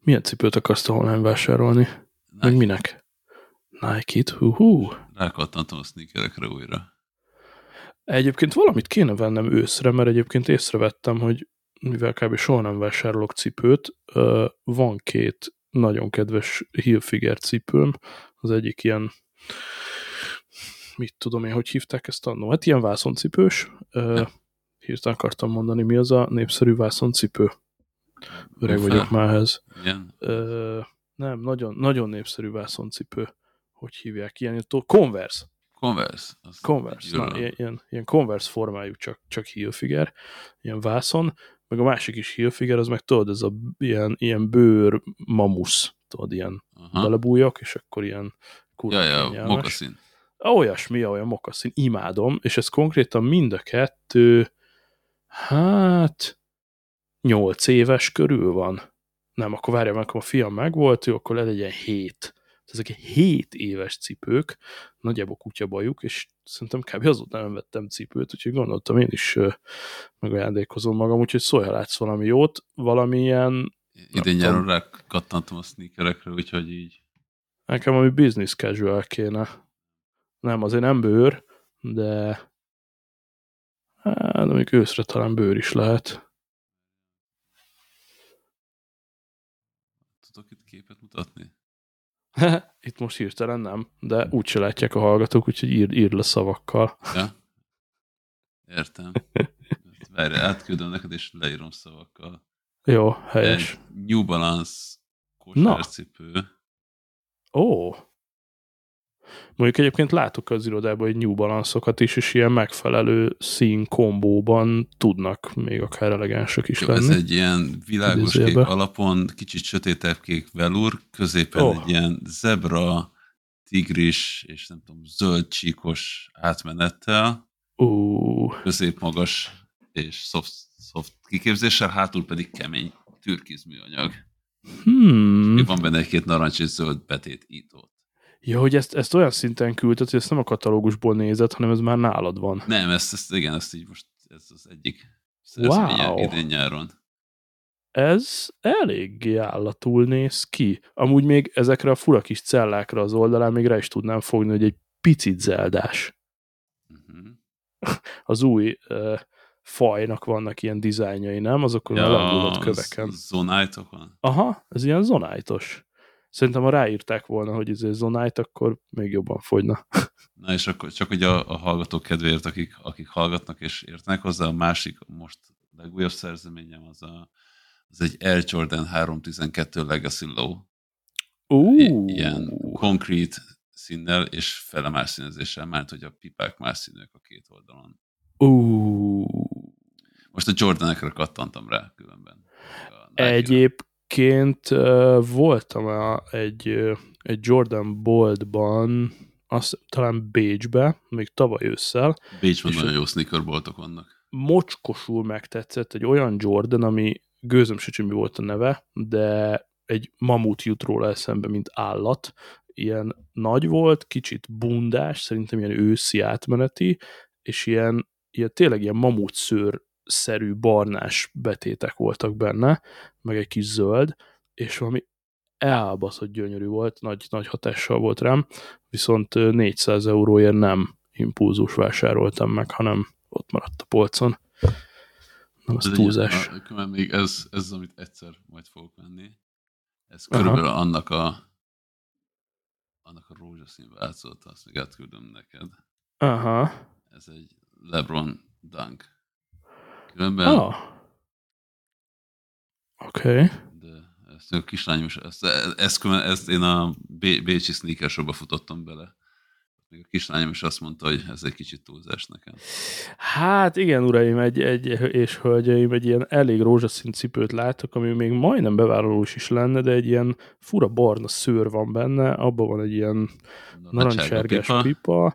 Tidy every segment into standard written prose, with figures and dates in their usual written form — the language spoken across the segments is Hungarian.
Milyen cipőt akarsz online vásárolni? Meg minek? Nike-t? Rákattantom a sneakerekre újra. Egyébként valamit kéne vennem őszre, mert egyébként észrevettem, hogy mivel kb. Soha nem vásárolok cipőt, van két nagyon kedves Hilfiger cipőm, az egyik ilyen, mit tudom én, hogy hívták ezt annó? Hát ilyen vászoncipős. Hirtelen akartam mondani, mi az a népszerű vászoncipő. Öreg vagyok már ehhez. Nem, nagyon, nagyon népszerű vászoncipő. Hogy hívják? Ilyen, Converse. Converse. Na, ilyen Converse formájú, csak Hilfiger. Ilyen vászon. Meg a másik is Hilfiger, az meg tudod, ez a ilyen bőr mamusz. Tudod, ilyen belebújok, és akkor ilyen kurva mokaszín. Olyasmi, olyan mokaszín. Imádom, és ez konkrétan mind a kettő 8 éves körül van. Nem, akkor várjál, mert akkor a fiam megvolt, ő akkor legyen 7. Ezek 7 éves cipők, nagyjából kutyabajuk, és szerintem kb. Azóta nem vettem cipőt, úgyhogy gondoltam én is megajándékozom magam, úgyhogy szólj, ha látsz valami jót, valamilyen... Idén nyáron rákattantom a sneakerekre, úgyhogy így... Nekem ami business casual kéne. Nem, azért nem bőr, de mondjuk őszre talán bőr is lehet. Tudok itt képet mutatni? Itt most hirtelen nem, de úgyse látják a hallgatók, úgyhogy írd le szavakkal. Ja? Értem. Várj, átküldöm neked, és leírom szavakkal. Jó, helyes. Egy New Balance kosárcipő. Ó. Mondjuk egyébként látok az irodában egy New Balance-okat is, és ilyen megfelelő szín kombóban tudnak még akár elegánsok is lenni. Ez egy ilyen világos kék alapon, kicsit sötétebb kék velur, középen egy ilyen zebra, tigris, és nem tudom, zöld csíkos átmenettel. Középmagas és soft kiképzéssel, hátul pedig kemény türkiz műanyag. És van benne egy-két narancs és zöld betét ítót. Ja, hogy ezt olyan szinten küldted, hogy ezt nem a katalógusból nézed, hanem ez már nálad van. Nem, ezt így most, ez az egyik szerzménye idén nyáron. Ez eléggé állatul néz ki. Amúgy még ezekre a fura kis cellákra az oldalán még rá is tudnám fogni, hogy egy picit zeldás. Az új fajnak vannak ilyen dizájnjai, nem? Azokon a legulat köveken. Zonite-ok van? Aha, ez ilyen zonite-os. Szerintem, ha ráírták volna, hogy ez zonite, akkor még jobban fogyna. Na és akkor csak hogy a hallgatók kedvéért, akik hallgatnak és értenek hozzá, a másik, most legújabb szerzeményem az egy Air Jordan 312 Legacy Low. Ilyen konkrét színnel és felemás színezéssel, mert hogy a pipák más színűek a két oldalon. Most a Jordanekre kattantam rá különben. Egyébként voltam egy Jordan boltban, talán Bécsbe, még tavaly ősszel. Bécsben nagyon jó sneakerboltok vannak. Mocskosul megtetszett egy olyan Jordan, ami gőzöm se mi volt a neve, de egy mamut jut róla eszembe, mint állat. Ilyen nagy volt, kicsit bundás, szerintem ilyen őszi átmeneti, és ilyen tényleg ilyen mamut szőr-szerű barnás betétek voltak benne, meg egy kis zöld, és valami elbaszott gyönyörű volt, nagy hatással volt rám, viszont 400 euróért nem impulzus vásároltam meg, hanem ott maradt a polcon. Nem, az túlzás. Még ez, amit egyszer majd fogok venni, ez körülbelül annak a rózsaszín változata, azt még átküldöm neked. Aha. Ez egy LeBron Dunk. Különben... Oké. De ezt a kislányom is, ezt én a bécsi sneaker shopba futottam bele. Még a kislányom is azt mondta, hogy ez egy kicsit túlzás nekem. Hát igen, uraim, és hölgyeim, egy ilyen elég rózsaszín cipőt látok, ami még majdnem bevállalós is lenne, de egy ilyen fura barna szőr van benne, abban van egy ilyen narancsárgás pipa.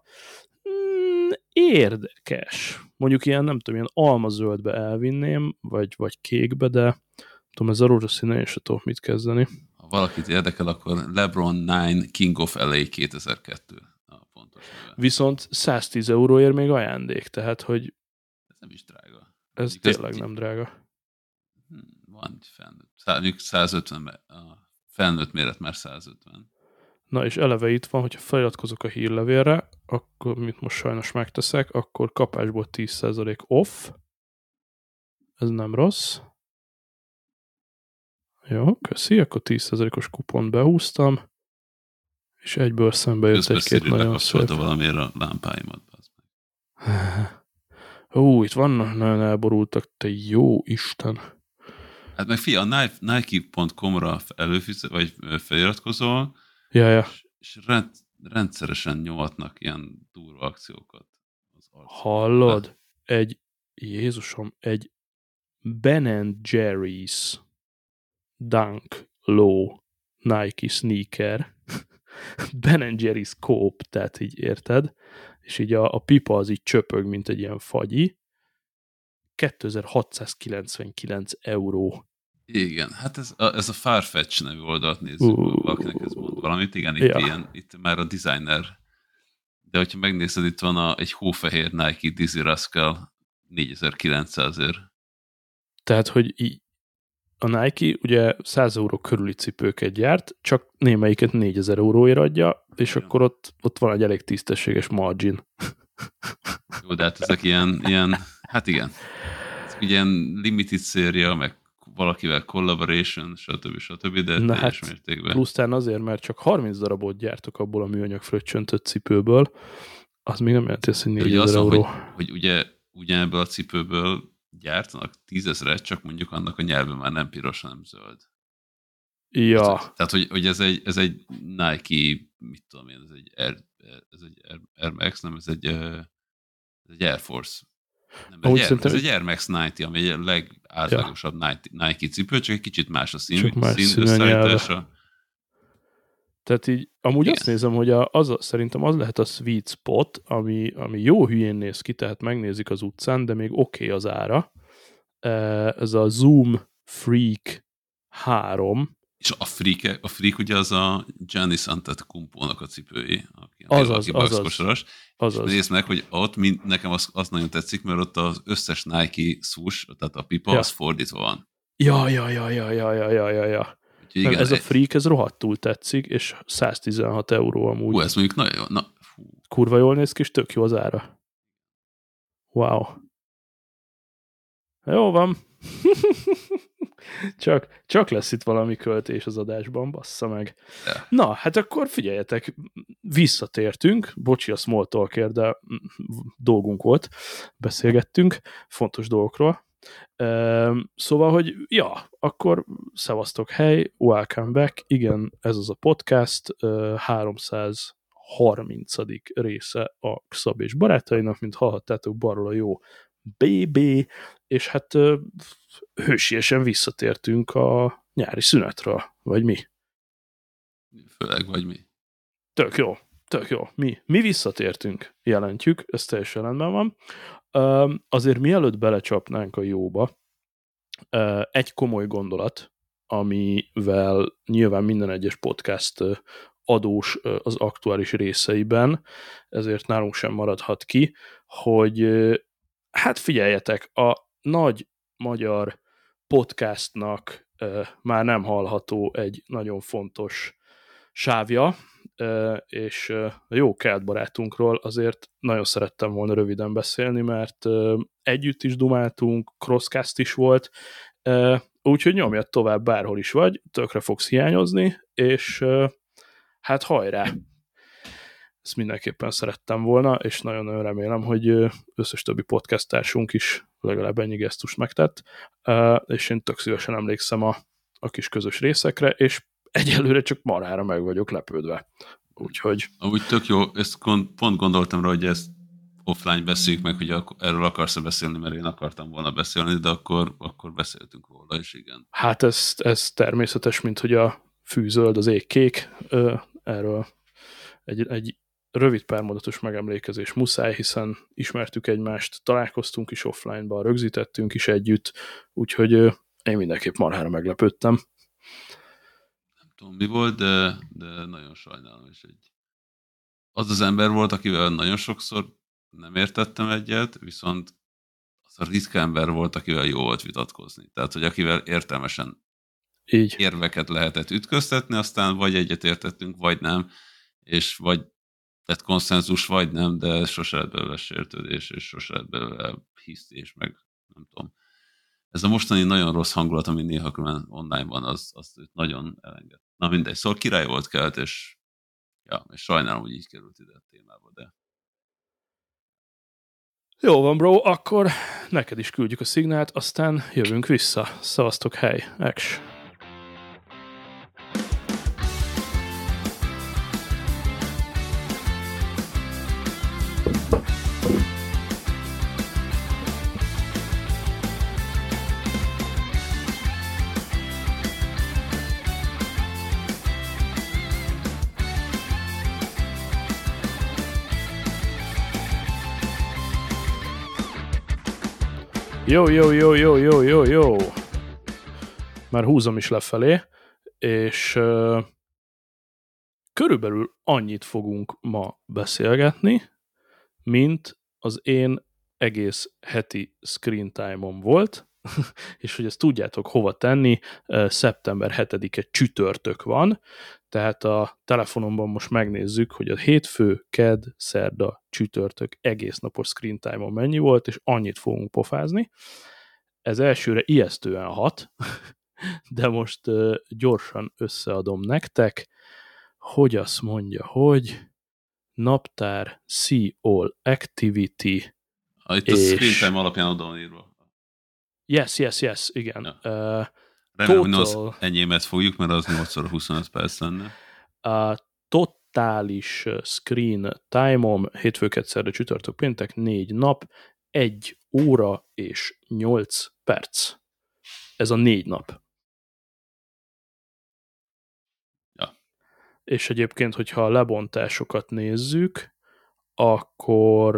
Érdekes. Mondjuk ilyen, nem tudom, ilyen almazöldbe elvinném, vagy kékbe, de tudom, ez a rózsaszín, én sem tudok mit kezdeni. Ha valakit érdekel, akkor LeBron 9 King of LA 2002. Viszont 110 euróért még ajándék, tehát, hogy ez nem is drága. Ez tényleg nem drága. Van fenn. 150 felnőtt méret már 150. Na és eleve itt van, hogyha feliratkozok a hírlevélre, akkor, mint most sajnos megteszek, akkor kapásból 10% off. Ez nem rossz. Jó, köszi, akkor 10%-os kupont behúztam, és egyből szembe jött egy-két nagyon szép. Valamiért a lámpáimat. Itt vannak, nagyon elborultak, te jó Isten. Hát meg figyelj, a Nike.com-ra vagy feliratkozol, ja. és rendszeresen nyomatnak ilyen durva akciókat. Hallod? Jézusom, egy Ben & Jerry's Dunk Low Nike sneaker, Ben & Jerry's Cope, tehát így érted, és így a pipa az így csöpög, mint egy ilyen fagyi, 2699 €. Igen, hát ez a Farfetch nevű oldalt nézzük, valakinek ez mond valamit. Igen, itt már a designer, de hogyha megnézed, itt van egy hófehér Nike Dizzy Rascal 4900 €. Tehát, hogy a Nike ugye 100 € körüli cipőket gyárt, csak némelyiket 4000 € adja, és igen. Akkor ott van egy elég tisztességes margin. Jó, de hát ezek ilyen hát igen, ezek ilyen limited széria, meg valakivel collaboration, stb. De na teljes hát, mértékben. Plusztán azért, mert csak 30 darabot gyártok abból a műanyag fröccsöntött cipőből, az még nem jelenti ezt, hogy 4000 €. Hogy ugye ebből a cipőből gyártanak 10 000-et, csak mondjuk annak a nyelve már nem piros, hanem zöld. Ja. Tehát, hogy ez egy Nike, mit tudom én, ez egy Air Max, nem, ez egy Air Force. Nem, ez egy Air Max 90, ami egy legátlagosabb Nike cipő, csak egy kicsit más a színösszállítása. Tehát így, amúgy igen. Azt nézem, hogy szerintem az lehet a sweet spot, ami jó hülyén néz ki, tehát megnézik az utcán, de még oké az ára. Ez a Zoom Freak 3. És a Freak ugye az a Giannis Antetokounmpónak a cipői, aki Azaz. Nézd meg, hogy ott nekem az nagyon tetszik, mert ott az összes Nike swoosh, tehát a pipa, az fordítva van. Ja. Igen, ez a Freak, ez rohadtul tetszik, és 116 € amúgy. Ez mondjuk nagyon jó. Kurva jól néz ki, és tök jó az ára. Wow. Jó van. csak lesz itt valami költés az adásban, bassza meg. Yeah. Na, hát akkor figyeljetek, visszatértünk, bocsi a small talkért, de dolgunk volt, beszélgettünk fontos dolgokról. Szóval, hogy akkor szevasztok, hely, welcome back, igen, ez az a podcast, 330. része a Szab és barátainak, mint hallhattátok, balról a jó BB, és hát hősiesen visszatértünk a nyári szünetről, vagy mi? Főleg, vagy mi? Tök jó. Mi visszatértünk, jelentjük, ez teljesen rendben van. Azért mielőtt belecsapnánk a jóba, egy komoly gondolat, amivel nyilván minden egyes podcast adós az aktuális részeiben, ezért nálunk sem maradhat ki, hogy hát figyeljetek, a nagy magyar podcastnak már nem hallható egy nagyon fontos sávja, és a jó kelt barátunkról azért nagyon szerettem volna röviden beszélni, mert együtt is dumáltunk, crosscast is volt, úgyhogy nyomjad tovább bárhol is vagy, tökre fogsz hiányozni, és hát hajrá! Ezt mindenképpen szerettem volna, és nagyon-nagyon remélem, hogy összes többi podcasttársunk is legalább ennyi gesztust megtett, és én tök szívesen emlékszem a kis közös részekre, és egyelőre csak marhára meg vagyok lepődve. Úgyhogy... Amúgy tök jó, ezt pont gondoltam rá, hogy ezt offline beszéljük meg, hogy erről akarsz-e beszélni, mert én akartam volna beszélni, de akkor beszéltünk róla, és igen. Hát ez természetes, mint hogy a fűzöld, az ég kék, erről egy rövid pármondatos megemlékezés muszáj, hiszen ismertük egymást, találkoztunk is offline-ban, rögzítettünk is együtt, úgyhogy én mindenképp marhára meglepődtem. Nem tudom, mi volt, de nagyon sajnálom, és az ember volt, akivel nagyon sokszor nem értettem egyet, viszont az a ritka ember volt, akivel jó volt vitatkozni. Tehát, hogy akivel értelmesen Így. érveket lehetett ütköztetni, aztán vagy egyetértettünk, vagy nem, és vagy lett konszenzus, vagy nem, de sose lett belőle sértődés, és sose lett belőle hisztés, meg nem tudom. Ez a mostani nagyon rossz hangulat, ami néha külön online van, az nagyon elenged. Na mindegy, szóval király volt Kelt, és sajnálom, hogy így került ide a témába, de... Jó van, bro, akkor neked is küldjük a szignált, aztán jövünk vissza. Szavaztok, hely, X. Jó. Már húzom is lefelé, és körülbelül annyit fogunk ma beszélgetni, mint az én egész heti screen time-om volt, és hogy ezt tudjátok hova tenni, szeptember 7-e csütörtök van, tehát a telefonomban most megnézzük, hogy a hétfő, kedd, szerda, csütörtök egész napos screen time-on mennyi volt, és annyit fogunk pofázni. Ez elsőre ijesztően hat, de most gyorsan összeadom nektek, hogy azt mondja, hogy naptár, see all activity. Itt a screen time alapján oda van írva. Yes, igen. Ja. Remélem, hogy az enyémet fogjuk, mert az 8x25 perc lenne. Totális screen time-om, hétfőket, szerda, csütörtök, péntek, 4 nap, 1 óra és 8 perc. Ez a 4 nap. Ja. És egyébként, hogyha a lebontásokat nézzük, akkor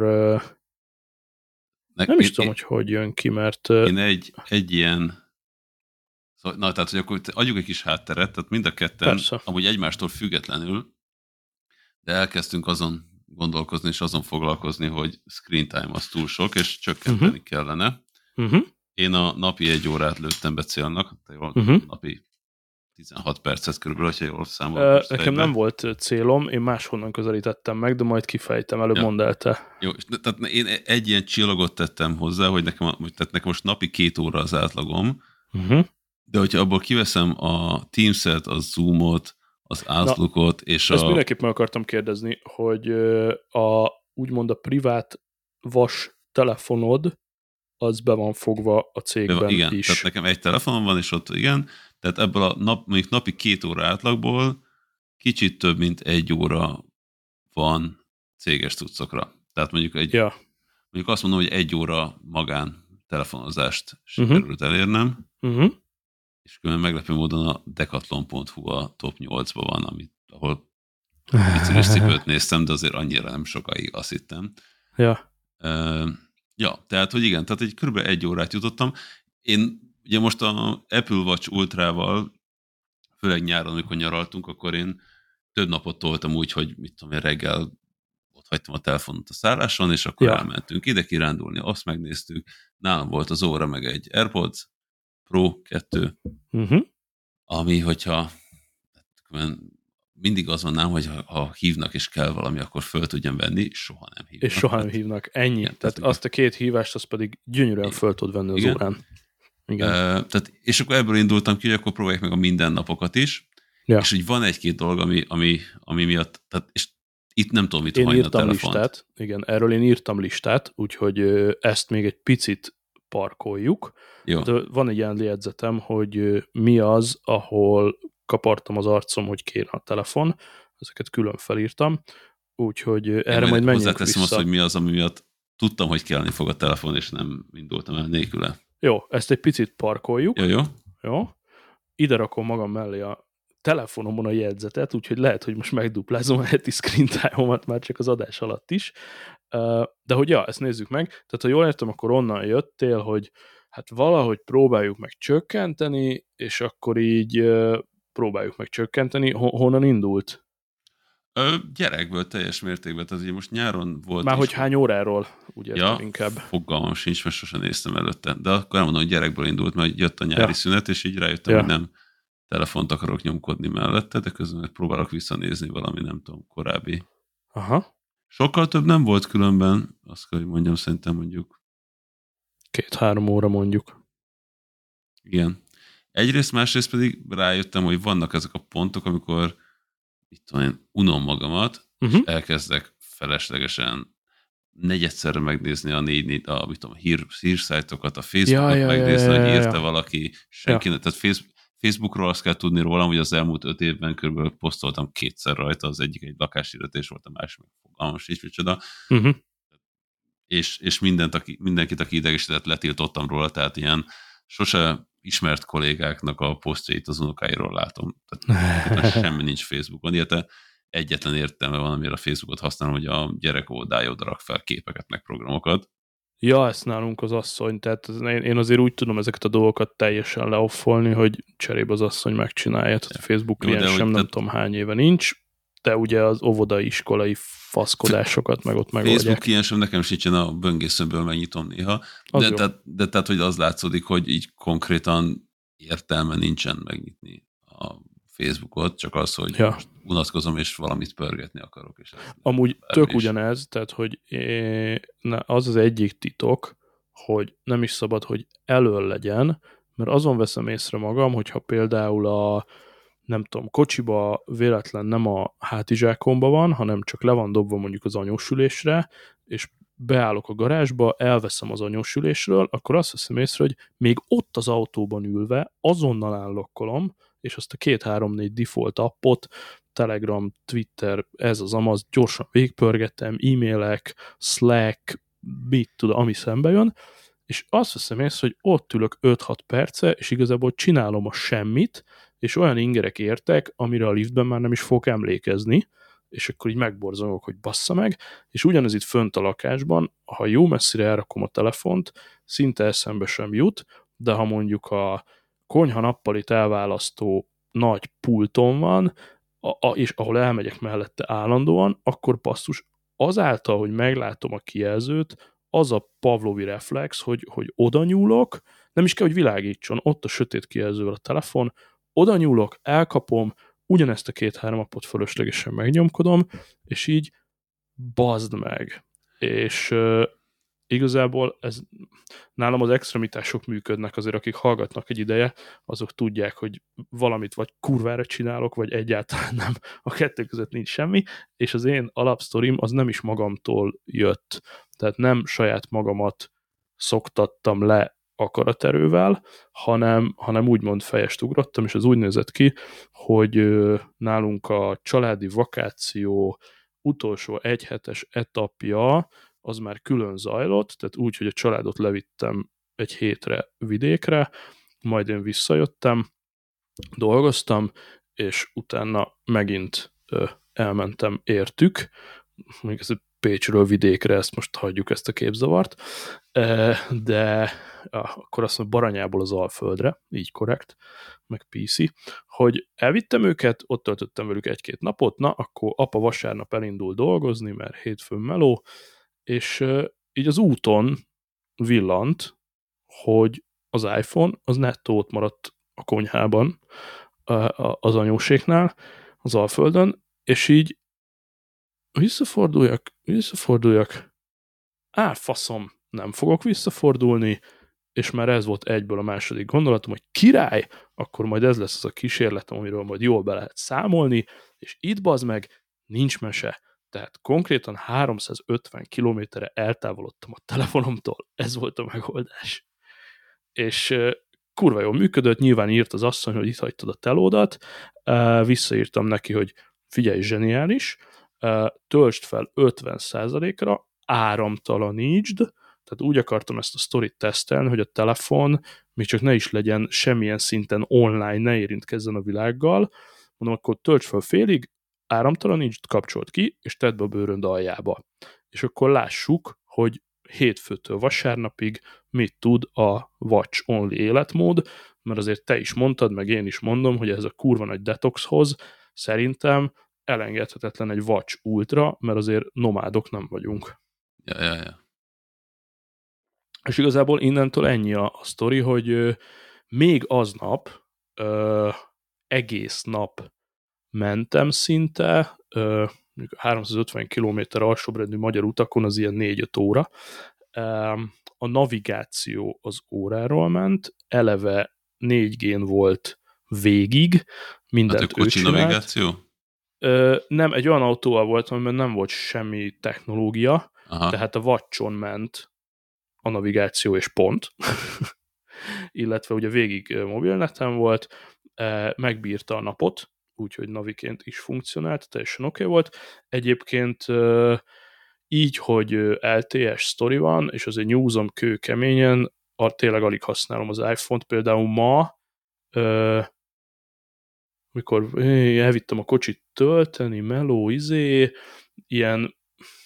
nem is tudom, hogy jön ki, mert... Én egy ilyen... Na, tehát, hogy akkor adjuk egy kis hátteret, tehát mind a ketten, persze, amúgy egymástól függetlenül, de elkezdtünk azon gondolkozni és azon foglalkozni, hogy screen time az túl sok, és csökkenteni kellene. Én a napi 1 órát lőttem be célnak, napi 16 percet körülbelül, hogyha jól számolom. Nekem nem volt célom, én máshonnan közelítettem meg, de majd kifejtem, előbb mondd el te. Jó, tehát én egy ilyen csillagot tettem hozzá, hogy nekem most napi 2 óra az átlagom, de hogyha abból kiveszem a Teams-et, a Zoom-ot, az Outlook-ot, és ezt mindenképp meg akartam kérdezni, hogy úgymond a privát vas telefonod, az be van fogva a cégben igen, is. Tehát nekem egy telefonom van, és ott igen, tehát ebből a mondjuk napi 2 óra átlagból kicsit több, mint 1 óra van céges cuccokra. Tehát mondjuk mondjuk azt mondom, hogy 1 óra magán telefonozást sikerült elérnem, és különben meglepő módon a decathlon.hu a top 8-ban van, ahol biciklis cipőt néztem, de azért annyira nem sokáig, azt hittem. Ja, tehát, hogy igen, tehát kb. 1 órát jutottam. Én ugye most a Apple Watch Ultrával, főleg nyáron, amikor nyaraltunk, akkor én több napot toltam úgy, hogy mit tudom én, reggel ott hagytam a telefonot a szálláson, és akkor elmentünk ide kirándulni, azt megnéztük. Nálam volt az óra, meg egy AirPods Pro 2, ami, hogyha mindig az van nálam, hogy ha hívnak és kell valami, akkor föl tudjam venni, soha nem hívnak. És soha nem hívnak, ennyi. Igen, tehát azt a 2 hívást, azt pedig gyönyörűen föl tud venni az órán. Igen. Tehát, és akkor ebből indultam ki, hogy akkor próbáljuk meg a mindennapokat is, és úgy van egy-két dolog, ami miatt, tehát, és itt nem tudom, mit hagyni a telefont. Igen, erről én írtam listát, úgyhogy ezt még egy picit parkoljuk. Jó. De van egy ilyen jegyzetem, hogy mi az, ahol kapartam az arcom, hogy kéne a telefon, ezeket külön felírtam, úgyhogy erre majd menjünk hozzáteszem azt, hogy mi az, ami miatt tudtam, hogy kelleni fog a telefon, és nem indultam el nélküle. Jó, ezt egy picit parkoljuk. Jó. Ide rakom magam mellé a telefonomon a jegyzetet, úgyhogy lehet, hogy most megduplázom a heti screen time-omat már csak az adás alatt is. De hogy ezt nézzük meg. Tehát ha jól értem, akkor onnan jöttél, hogy hát valahogy próbáljuk meg csökkenteni, és akkor így próbáljuk meg csökkenteni. Honnan indult? Gyerekből teljes mértékben, tehát ugye most nyáron volt... Már hogy hány óráról, ugye inkább. Fogalmam sincs, mert sosem néztem előtte. De akkor elmondom, hogy gyerekből indult, mert jött a nyári szünet, és így rájöttem, hogy nem telefont akarok nyomkodni mellette, de közben meg próbálok visszanézni valami, nem tudom, korábbi. Aha. Sokkal több nem volt különben, azt kell, hogy mondjam, szerintem mondjuk 2-3 óra mondjuk. Igen. Egyrészt, másrészt pedig rájöttem, hogy vannak ezek a pontok, amikor itt tudom én, unom magamat, és elkezdek feleslegesen negyedszerre megnézni a hírszájtokat, a Facebookot megnézni, hogy írta valaki, senkinek. Tehát Facebookról azt kell tudni rólam, hogy az elmúlt 5 évben körülbelül posztoltam 2-szer rajta, az egyik egy lakáshirdetés volt, a másik meg fogalmas is, micsoda. És mindenkit, aki idegesített, letiltottam róla, tehát ilyen sose ismert kollégáknak a posztjait az unokáiról látom. Tehát semmi nincs Facebookon. Illetve egyetlen értelme van, amire a Facebookot használom, hogy a gyerek oldája oda rak fel képeket, meg programokat. Ja, ezt nálunk az asszony, tehát én azért úgy tudom ezeket a dolgokat teljesen leoffolni, hogy cserébe az asszony megcsinálja, tehát a Facebook kliens sem nem tudom hány éve nincs, de ugye az óvodai iskolai faszkodásokat meg ott megoldják. Facebook kliensem nekem sincsen, a böngészőmből megnyitom néha, de tehát, hogy az látszódik, hogy így konkrétan értelme nincsen megnyitni a Facebookot, csak az, hogy unatkozom és valamit pörgetni akarok. És amúgy tök ugyanez, tehát, hogy az az egyik titok, hogy nem is szabad, hogy elől legyen, mert azon veszem észre magam, hogyha például nem tudom, kocsiba véletlen nem a hátizsákomba van, hanem csak le van dobva mondjuk az anyósülésre, és beállok a garázsba, elveszem az anyósülésről, akkor azt veszem észre, hogy még ott az autóban ülve azonnal állokkolom, és azt a 2-3-4 default appot, Telegram, Twitter, ez az amaz, gyorsan végigpörgetem, e-mailek, Slack, mit tudom, ami szembe jön, és azt veszem észre, hogy ott ülök 5-6 perce, és igazából csinálom a semmit, és olyan ingerek értek, amire a liftben már nem is fogok emlékezni, és akkor így megborzongok, hogy bassza meg, és ugyanez itt fönt a lakásban, ha jó messzire elrakom a telefont, szinte eszembe sem jut, de ha mondjuk a konyha nappalit elválasztó nagy pulton van, és ahol elmegyek mellette állandóan, akkor basszus, azáltal, hogy meglátom a kijelzőt, az a pavlovi reflex, hogy oda nyúlok, nem is kell, hogy világítson, ott a sötét kijelzővel a telefon, oda nyúlok, elkapom, ugyanezt a 2-3 appot fölöslegesen megnyomkodom, és így bazd meg. És igazából nálam az extremitások működnek, azért akik hallgatnak egy ideje, azok tudják, hogy valamit vagy kurvára csinálok, vagy egyáltalán nem. A kettő között nincs semmi, és az én alapsztorim az nem is magamtól jött. Tehát nem saját magamat szoktattam le akaraterővel, hanem úgymond fejest ugrottam, és az úgy nézett ki, hogy nálunk a családi vakáció utolsó egyhetes etapja az már külön zajlott, tehát úgy, hogy a családot levittem egy hétre vidékre, majd én visszajöttem, dolgoztam, és utána megint elmentem értük, még ez Pécsről vidékre, ezt most hagyjuk ezt a képzavart, de akkor azt mondom, Baranyából az Alföldre, így korrekt, meg PC, hogy elvittem őket, ott töltöttem velük 1-2 napot, na, akkor apa vasárnap elindul dolgozni, mert hétfőn meló, és így az úton villant, hogy az iPhone az nettó ott maradt a konyhában, az anyóséknál, az Alföldön, és így visszaforduljak, faszom, nem fogok visszafordulni, és már ez volt egyből a második gondolatom, hogy király, akkor majd ez lesz az a kísérletem, amiről majd jól be lehet számolni, és itt bazd meg, nincs mese. Tehát konkrétan 350 kilométerre eltávolodtam a telefonomtól. Ez volt a megoldás. És kurva jól működött, nyilván írt az asszony, hogy itt hagytad a telódat, visszaírtam neki, hogy figyelj, zseniális, töltsd fel 50%-ra, áramtalanítsd, tehát úgy akartam ezt a sztorit tesztelni, hogy a telefon még csak ne is legyen semmilyen szinten online, ne érintkezzen a világgal, mondom, akkor töltsd fel félig, áramtalanítsd, kapcsolt ki, és tedd be a bőrönd aljába. És akkor lássuk, hogy hétfőtől vasárnapig mit tud a Watch Only életmód, mert azért te is mondtad, meg én is mondom, hogy ez a kurva nagy detoxhoz szerintem elengedhetetlen egy Watch Ultra, mert azért nomádok nem vagyunk. Ja. És igazából innentől ennyi a sztori, hogy még aznap egész nap mentem szinte, 350 km alsóbrendű magyar utakon, az ilyen 4-5 óra. A navigáció az óráról ment, eleve 4G-n volt végig, mindent hát a kocsi ő csinált. navigáció? Nem, egy olyan autóval voltam, amiben nem volt semmi technológia, Aha. tehát a Watch-on ment a navigáció és pont. Illetve ugye végig mobilneten volt, megbírta a napot, úgyhogy naviként is funkcionált, teljesen oké volt. Egyébként így, hogy LTE-s sztori van, és azért nyúzom kőkeményen, tényleg alig használom az iPhone-t, például ma, mikor elvittem a kocsit tölteni, meló, ilyen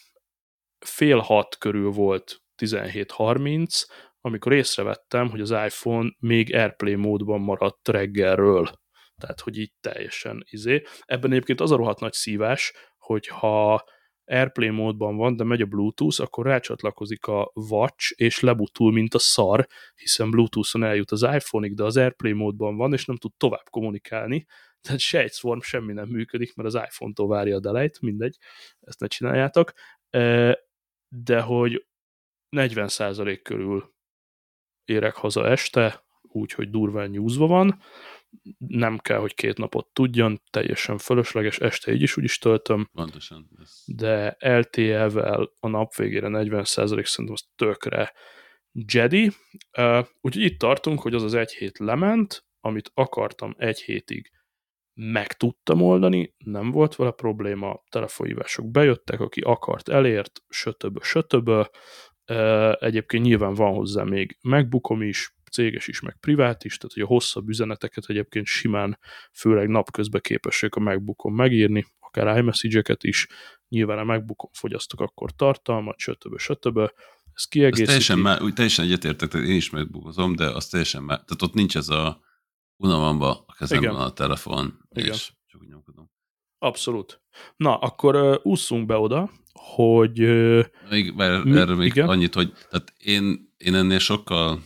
5:30 körül volt 17:30, amikor észrevettem, hogy az iPhone még Airplay módban maradt reggelről. Tehát, hogy így teljesen Ebben egyébként az a rohadt nagy szívás, hogyha Airplay módban van, de megy a Bluetooth, akkor rácsatlakozik a Watch, és lebutul, mint a szar, hiszen Bluetooth-on eljut az iPhone-ig, de az Airplay módban van, és nem tud tovább kommunikálni. Tehát sejtszvorm semmi nem működik, mert az iPhone-tól várja a delejt, mindegy, ezt ne csináljátok. De hogy 40% körül érek haza este, úgyhogy durván nyúzva van, nem kell, hogy 2 napot tudjon, teljesen fölösleges, este így is úgyis töltöm. Pontosan. De LTE-vel a nap végére 40% szerintem az tökre Jedi. Úgyhogy itt tartunk, hogy az az egy hét lement, amit akartam egy hétig meg tudtam oldani, nem volt vele probléma, telefonhívások bejöttek, aki akart, elért, sötöbö. Egyébként nyilván van hozzá még MacBookom is, céges is, meg privát is, tehát hogy a hosszabb üzeneteket egyébként simán, főleg napközben képesek a MacBookom megírni, akár iMessage-eket is, nyilván a MacBookom fogyasztok akkor tartalmat, sötöbö. Ez kiegészíti. Teljesen egyetértek, én is MacBookozom, de az teljesen tehát ott nincs ez a unalomba a kezemben van a telefon, igen. És csak úgy nyomkodom. Abszolút. Na, akkor ússzunk be oda, hogy... Erről még igen? Annyit, hogy tehát én ennél sokkal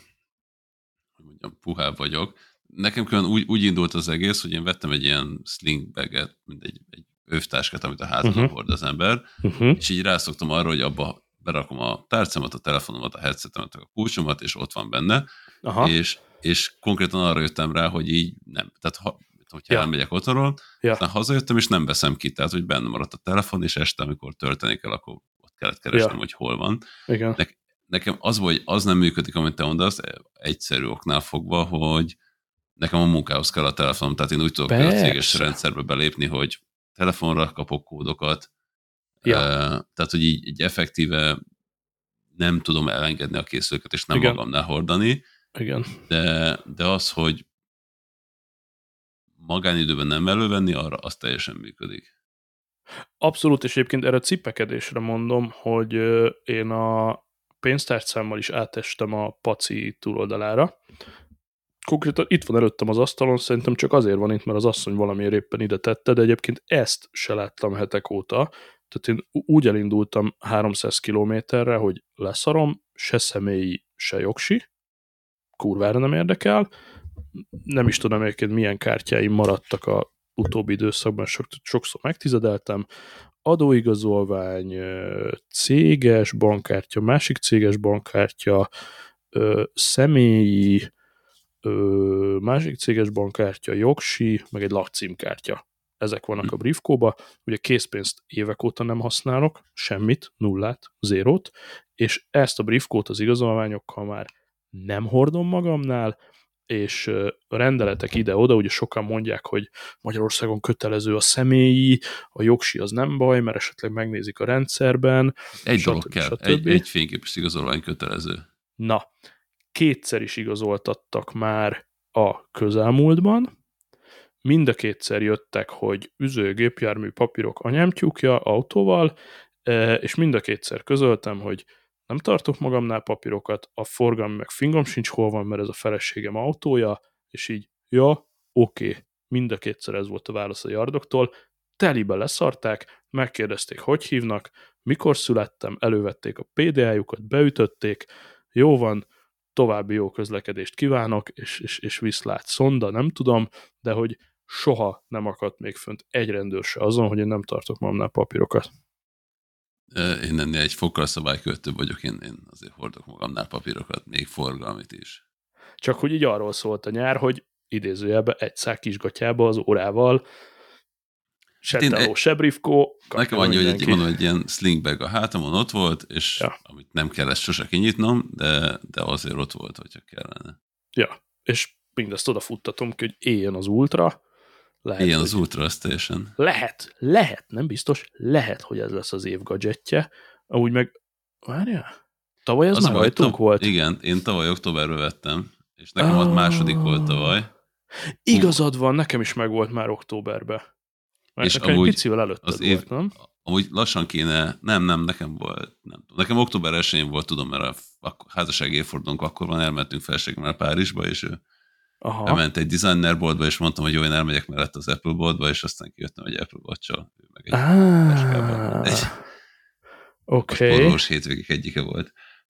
puhább vagyok. Nekem külön úgy indult az egész, hogy én vettem egy ilyen sling baget, mint egy övtáskát, amit a hátadon hord az ember, és így rászoktam arra, hogy abba berakom a tárcámat, a telefonomat, a headsetemet, a kulcsomat, és ott van benne, és konkrétan arra jöttem rá, hogy így nem. Tehát hogyha elmegyek otthonról, aztán hazajöttem, és nem veszem ki, tehát hogy benne maradt a telefon, és este, amikor tölteni kell, akkor ott kellett keresnem, hogy hol van. Igen. Nekem az nem működik, amit te mondasz, egyszerű oknál fogva, hogy nekem a munkához kell a telefonom, tehát én úgy tudok a céges rendszerbe belépni, hogy telefonra kapok kódokat, tehát hogy így effektíve nem tudom elengedni a készüléket, és nem magamnál hordani. Igen. De az, hogy magánidőben nem elővenni, arra az teljesen működik. Abszolút, és egyébként erre a cipekedésre mondom, hogy én a pénztárcámmal is átestem a Paci túloldalára. Konkrétan itt van előttem az asztalon, szerintem csak azért van itt, mert az asszony valamiért éppen ide tette, de egyébként ezt se láttam hetek óta. Tehát én úgy elindultam 300 kilométerre, hogy leszarom, se személyi, se jogsi, kurvára nem érdekel. Nem is tudom egyébként milyen kártyáim maradtak a utóbbi időszakban, sokszor megtizedeltem. Adóigazolvány, céges bankkártya, másik céges bankkártya, személyi, másik céges bankkártya, jogsi, meg egy lakcímkártya. Ezek vannak a briefkóba. Ugye készpénzt évek óta nem használok, semmit, nullát, zérót, és ezt a briefkót az igazolványokkal már nem hordom magamnál, és a rendeletek ide-oda, ugye sokan mondják, hogy Magyarországon kötelező a személyi, a jogsi az nem baj, mert esetleg megnézik a rendszerben. Egy dolog kell, egy fényképes igazolvány kötelező. Na, 2-szer is igazoltattak már a közelmúltban, mind a 2-szer jöttek, hogy üzőgépjármű papírok anyám tyúkja autóval, és mind a 2-szer közöltem, hogy nem tartok magamnál papírokat, a forgalmi meg fingom sincs hol van, mert ez a feleségem autója, és így, ja, oké. Mind a 2-szer ez volt a válasz a Yardoktól, telibe leszarták, megkérdezték, hogy hívnak, mikor születtem, elővették a PDA-jukat, beütötték, jó van, további jó közlekedést kívánok, és viszlát szonda, nem tudom, de hogy soha nem akadt még fönt egy rendőr se azon, hogy én nem tartok magamnál papírokat. Én ennél egy fokkal szabálykövetőbb vagyok, én azért hordok magamnál papírokat, még forgalmit is. Csak hogy így arról szólt a nyár, hogy idézőjelben egy szák kisgatyába az órával, se teló, se briefkó. Nekem annyi, hogy mondom, egy ilyen slingbag a hátamon ott volt, és amit nem kellett sose kinyitnom, de azért ott volt, hogyha kellene. Ja, és mindezt odafuttatom, hogy éljen az ultra. Éljen az ultra, az teljesen. Lehet, nem biztos, lehet, hogy ez lesz az év gadgetje. Amúgy meg, várjál, tavaly ez már rajtunk volt? Igen, én tavaly októberben vettem, és nekem az második volt tavaly. Igazad van, nekem is megvolt már októberben. Mert és nekem egy picivel előtted volt, nem? Amúgy lassan kéne, nem, nekem volt, nem tudom. Nekem október 1-én volt, tudom, mert a házasság évfordulónk akkor van, elmentünk feleségemmel Párizsba, és ő elment egy designer boltba, és mondtam, hogy jó, én elmegyek mellett az Apple boltba, és aztán kijöttem egy Apple Watch-sal, ő meg egy táskával. Oké. A sportolós hétvégig egyike volt.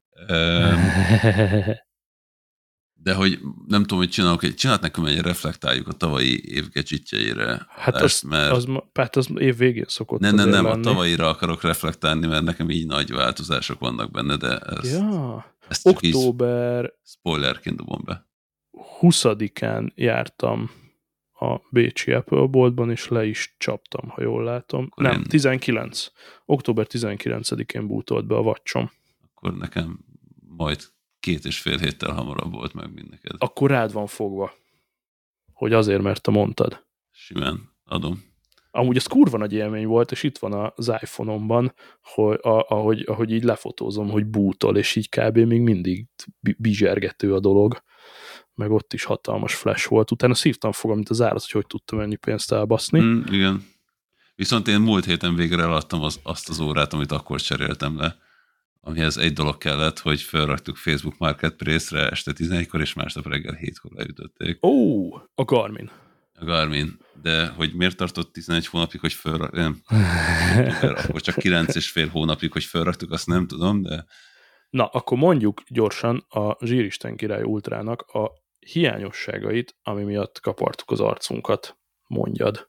De hogy nem tudom, hogy csinált nekünk egy reflektáljuk a tavalyi év gadgetjeire. Hát az év végén szokott nem, a tavalyira akarok reflektálni, mert nekem így nagy változások vannak benne, de ezt csak október spoilerként dobom be. 20-án jártam a bécsi Apple boltban, és le is csaptam, ha jól látom. Akkor nem, 19. Október 19-én bútolt be a Watchom. Akkor nekem majd 2,5 héttel hamarabb volt meg mindneked. Akkor rád van fogva, hogy azért, mert te mondtad. Simán, adom. Amúgy ez kurva nagy élmény volt, és itt van az iPhone-omban, hogy ahogy így lefotózom, hogy bútol, és így kb. Még mindig bizsergető a dolog. Meg ott is hatalmas flash volt. Utána szívtam fogam, mint az állat, hogy tudtam ennyi pénzt elbaszni. Igen. Viszont én múlt héten végre eladtam azt az órát, amit akkor cseréltem le, amihez egy dolog kellett, hogy felraktuk Facebook Marketplace-re este 11-kor, és másnap reggel 7-kor leütötték. A Garmin. A Garmin. De hogy miért tartott 11 hónapig, hogy felraktuk? Akkor csak 9,5 hónapig, hogy felraktuk, azt nem tudom, de... Na, akkor mondjuk gyorsan a Zsíristen király ultrának a hiányosságait, ami miatt kapartuk az arcunkat. Mondjad.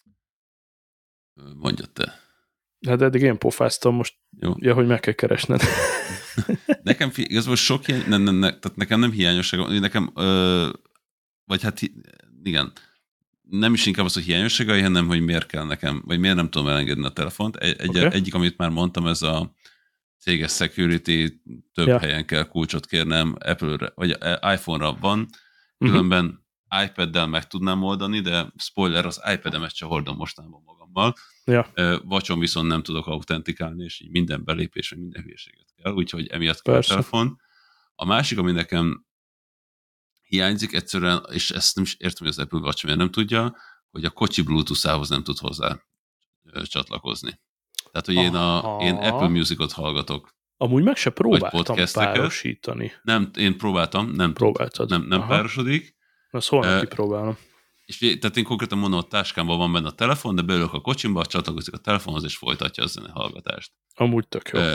Mondjad te. Hát eddig én pofáztam, most hogy meg kell keresned. Nekem igazából sok tehát nekem nem hiányosság, nekem vagy hát igen, nem is inkább az, hogy hiányosságai, hanem hogy miért kell nekem, vagy miért nem tudom elengedni a telefont. Egyik, amit már mondtam, ez a céges security, több helyen kell kulcsot kérnem, Apple-re, vagy iPhone-ra van, különben iPad-del meg tudnám oldani, de spoiler, az iPad-emet se hordom mostanában magammal. Watchon viszont nem tudok autentikálni, és így minden belépés, vagy minden hülyeséget kell, úgyhogy emiatt kell a telefon. A másik, ami nekem hiányzik egyszerűen, és ezt nem is értem, hogy az Apple Watch miért nem tudja, hogy a kocsi Bluetooth-ához nem tud hozzá csatlakozni. Tehát, hogy én Apple Music-ot hallgatok. Amúgy meg se próbáltam párosítani. Nem, én próbáltam, nem párosodik. Na szóval kipróbálom. És tehát én konkrétan mondom, a táskámban van benne a telefon, de beülök a kocsimba, csatlakozik a telefonhoz, és folytatja a zenehallgatást. Amúgy tök jó.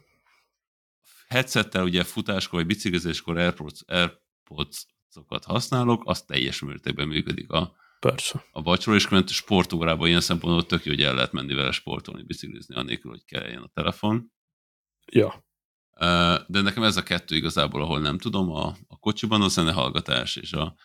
Headsettel ugye futáskor, vagy biciklizéskor AirPods-okat használok, az teljes mértékben működik a Watchról, és különböző sportórában ilyen szempontból tök jó, hogy el lehet menni vele sportolni, biciklizni, annélkül, hogy kelljen a telefon. Ja. De nekem ez a kettő igazából, ahol nem tudom, a kocsiban a zenehallgatás és a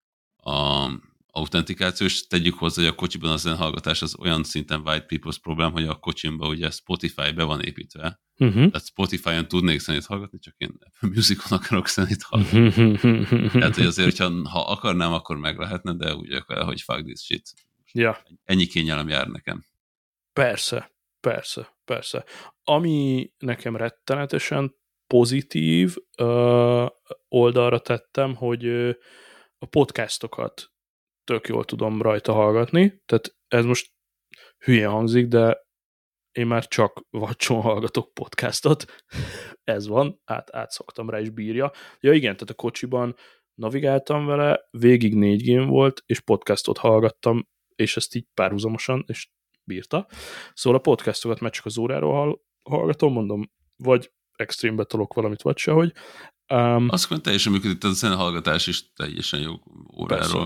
autentikáció, és tegyük hozzá, hogy a kocsiban a zenehallgatás az olyan szinten white people's problém, hogy a kocsimban ugye Spotify be van építve. Tehát Spotify-on tudnék zenét hallgatni, csak én Apple Musicon akarok zenét hallgatni. Tehát, hogy azért, ha akarnám, akkor meg lehetne, de úgy vagyok vele, hogy fuck this shit. Ennyi kényelem jár nekem. Persze. Ami nekem rettenetesen pozitív oldalra tettem, hogy a podcastokat tök jól tudom rajta hallgatni, tehát ez most hülye hangzik, de én már csak Watchon hallgatok podcastot, ez van, átszoktam rá is bírja. Ja igen, tehát a kocsiban navigáltam vele, végig 4G volt, és podcastot hallgattam, és ezt így párhuzamosan, és bírta. Szóval a podcastokat már csak az óráról hallgatom, mondom, vagy extrémbe tolok valamit, vagy sehogy. Azt mondom, teljesen működik, a zenehallgatás is teljesen jó óráról.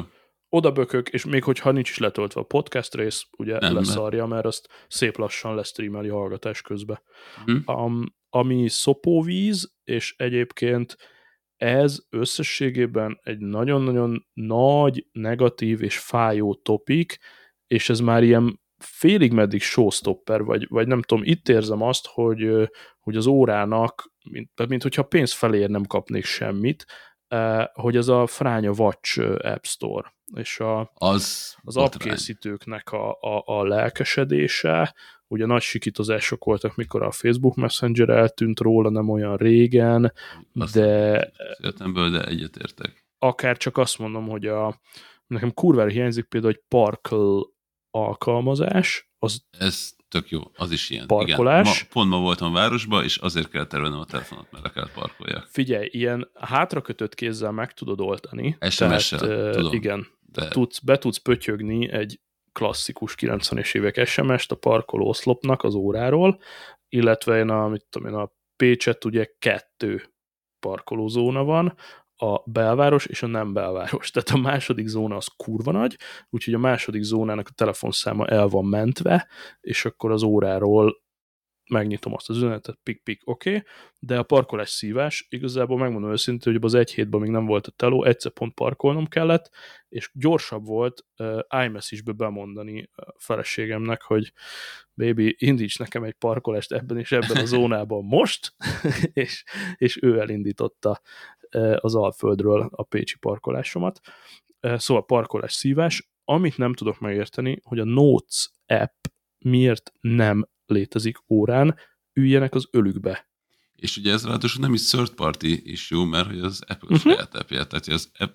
oda bökök, és még hogyha nincs is letöltve a podcast rész, ugye leszarja, mert azt szép lassan lesztreameli hallgatás közben. Ami szopóvíz, és egyébként ez összességében egy nagyon-nagyon nagy, negatív és fájó topik, és ez már ilyen félig meddig showstopper, vagy nem tudom, itt érzem azt, hogy az órának, mint hogyha pénz feléért nem kapnék semmit, hogy ez a Fránya Watch App Store, és az appkészítőknek a lelkesedése, ugye nagy sikítozások voltak, mikor a Facebook Messenger eltűnt róla nem olyan régen, de egyetértek. Akár csak azt mondom, hogy nekem kurvára hiányzik például egy Parkle alkalmazás. Ez tök jó, az is ilyen. Parkolás. Igen. Pont ma voltam a városba, és azért kell tervelnem a telefonot, mert le kell parkoljak. Figyelj, ilyen hátrakötött kézzel meg tudod oltani. SMS-sel, tudom. Igen, be tudsz pötyögni egy klasszikus 90-es évek SMS-t a parkoló oszlopnak az óráról, illetve a Pécset ugye 2 parkolózóna van, a belváros és a nem belváros. Tehát a második zóna az kurva nagy, úgyhogy a második zónának a telefonszáma el van mentve, és akkor az óráról megnyitom azt az üzenetet, pik-pik, oké, de a parkolás szívás, igazából megmondom őszintén, hogy az egy hétben még nem volt a teló, egyszer pont parkolnom kellett, és gyorsabb volt iMessage-be bemondani a feleségemnek, hogy baby, indíts nekem egy parkolást ebben és ebben a zónában most, és ő elindította az Alföldről a pécsi parkolásomat. Szóval parkolás szívás. Amit nem tudok megérteni, hogy a Notes app miért nem létezik órán, üljenek az ölükbe. És ugye ez ráadásul nem is third party issue, mert hogy az Apple saját appje, tehát az app...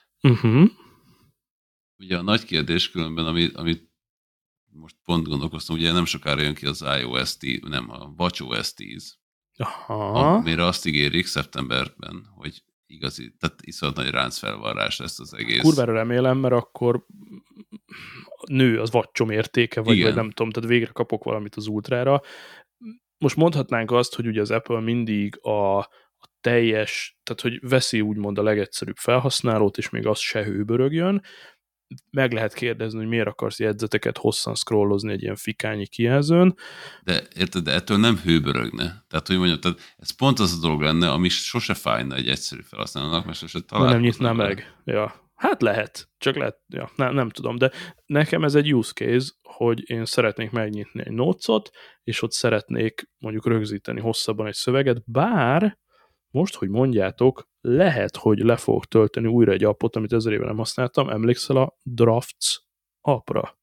Ugye a nagy kérdés különben, amit most pont gondolkoztam, ugye nem sokára jön ki az iOS 10, nem, a WatchOS 10, amire azt ígérik szeptemberben, hogy igazi, tehát iszonyat nagy ráncfelvarrás lesz az egész. Kurvára remélem, mert akkor nő az watchom értéke, vagy nem tudom, tehát végre kapok valamit az ultrára. Most mondhatnánk azt, hogy ugye az Apple mindig a teljes, tehát hogy veszi úgymond a legegyszerűbb felhasználót, és még az se hőbörögjön. Meg lehet kérdezni, hogy miért akarsz jegyzeteket hosszan scrollozni egy ilyen fikányi kijelzőn. De érted, de ettől nem hőbörögne. Tehát, hogy mondjam, tehát ez pont az a dolog lenne, ami sose fájna egy egyszerű felhasználónak, mert sose találkozna. Nem nyitná meg. Ja. Hát lehet, csak lehet, ja, nem tudom, de nekem ez egy use case, hogy én szeretnék megnyitni egy Notes-ot, és ott szeretnék mondjuk rögzíteni hosszabban egy szöveget, bár most, hogy mondjátok, lehet, hogy le fogok tölteni újra egy appot, amit 1000 éve nem használtam, emlékszel a Drafts appra?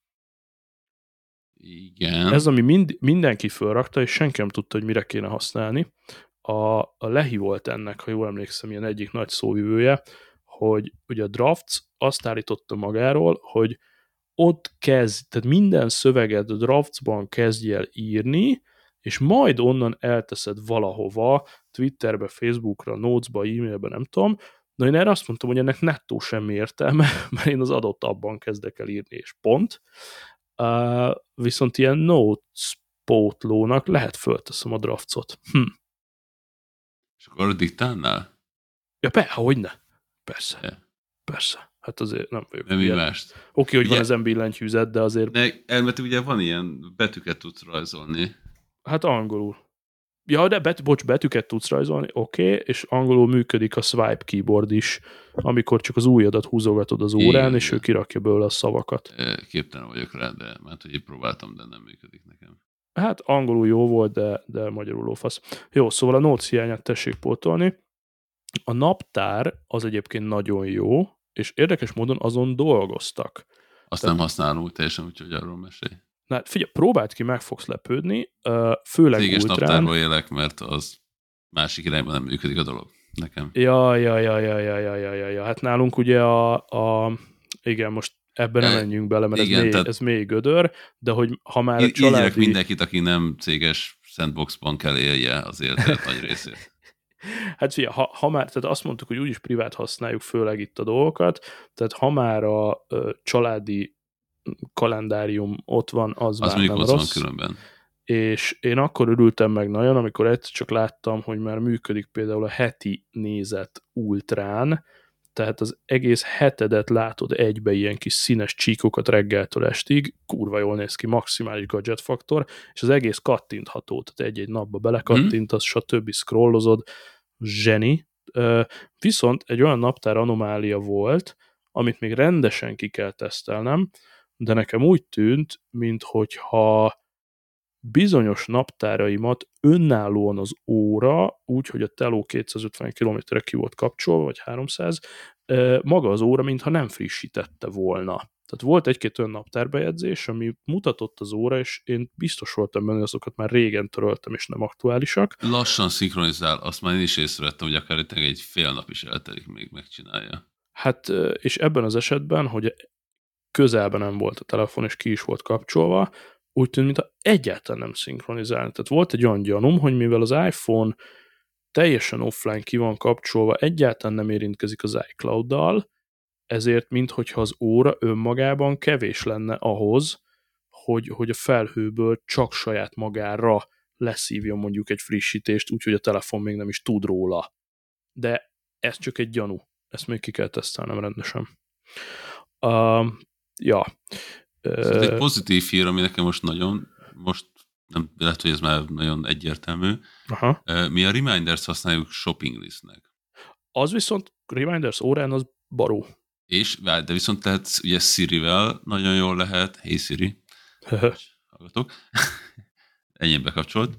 Igen. Ez, ami mindenki fölrakta, és senki nem tudta, hogy mire kéne használni. A Lehi volt ennek, ha jól emlékszem, ilyen egyik nagy szóvivője, hogy ugye a Drafts azt állította magáról, hogy ott tehát minden szöveget a Draftsban kezdj el írni, és majd onnan elteszed valahova, Twitterbe, Facebookra, Notesba, e-mailbe, nem tudom. Na én erre azt mondtam, hogy ennek nettó semmi értelme, mert én az adott abban kezdek el írni, és pont. Viszont ilyen Notes pótlónak lehet fölteszem a Draftsot. És akkor diktálnál? Ja, hogyne. Persze. Yeah. Persze. Hát azért nem vagyok. Nem mi mást. Oké, hogy van ezen billentyűzet, de azért... Mert ugye van ilyen, betűket tudsz rajzolni. Hát angolul. Ja, de betűket tudsz rajzolni, oké, és angolul működik a swipe keyboard is, amikor csak az ujjadat húzogatod az órán, igen, és ő kirakja belőle a szavakat. Képtelen vagyok rá, de mert hogy én próbáltam, de nem működik nekem. Hát angolul jó volt, de magyarul lófasz. Jó, szóval a Notes hiányát tessék pótolni. A naptár az egyébként nagyon jó, és érdekes módon azon dolgoztak. Azt nem használom úgy teljesen, úgyhogy arról mesélj. Na, figyelj, próbáld ki, meg fogsz lepődni, főleg céges ultrán. Naptárról élek, mert az másik irányban nem működik a dolog nekem. Ja. Hát nálunk ugye igen, most ebben nem menjünk bele, mert igen, ez mély gödör, de hogy ha már a családi... Ígyek mindenkit, aki nem céges sandboxban kell élje az életet nagy részét. Hát figyelj, ha már, tehát azt mondtuk, hogy úgyis privát használjuk főleg itt a dolgokat, tehát ha már a családi kalendárium ott van, az már nem rossz. Van különben. És én akkor örültem meg nagyon, amikor egyszer csak láttam, hogy már működik például a heti nézet ultrán, tehát az egész hetedet látod egybe ilyen kis színes csíkokat reggeltől estig, kurva jól néz ki, maximális gadget faktor, és az egész kattintható, tehát egy-egy napba belekattintasz, stb. Scrollozod, zseni. Viszont egy olyan naptár anomália volt, amit még rendesen ki kell tesztelnem, de nekem úgy tűnt, minthogyha bizonyos naptáraimat önállóan az óra, úgy, hogy a teló 250 km-re ki volt kapcsolva, vagy 300, maga az óra, mintha nem frissítette volna. Tehát volt egy-két olyan naptárbejegyzés, ami mutatott az óra, és én biztos voltam benne, hogy azokat már régen töröltem, és nem aktuálisak. Lassan szinkronizál, azt már én is észrevettem, hogy akár egy fél nap is eltelik, még megcsinálja. Hát, és ebben az esetben, hogy közelben nem volt a telefon, és ki is volt kapcsolva, úgy tűnt, mintha egyáltalán nem szinkronizálni. Tehát volt egy olyan gyanúm, hogy mivel az iPhone teljesen offline ki van kapcsolva, egyáltalán nem érintkezik az iCloud-dal, ezért minthogyha az óra önmagában kevés lenne ahhoz, hogy a felhőből csak saját magára leszívjon mondjuk egy frissítést, úgyhogy a telefon még nem is tud róla. De ez csak egy gyanú. Ezt még ki kell tesztelnem rendesen. Ja. Ez egy pozitív hír, ami nekem most nem lehet, hogy ez már nagyon egyértelmű. Aha. Mi a Reminders használjuk shopping listnek. Az viszont Reminders órán az baró. De viszont lehet, ugye Siri-vel nagyon jól lehet, hey Siri, hallgatok, enyém bekapcsolt,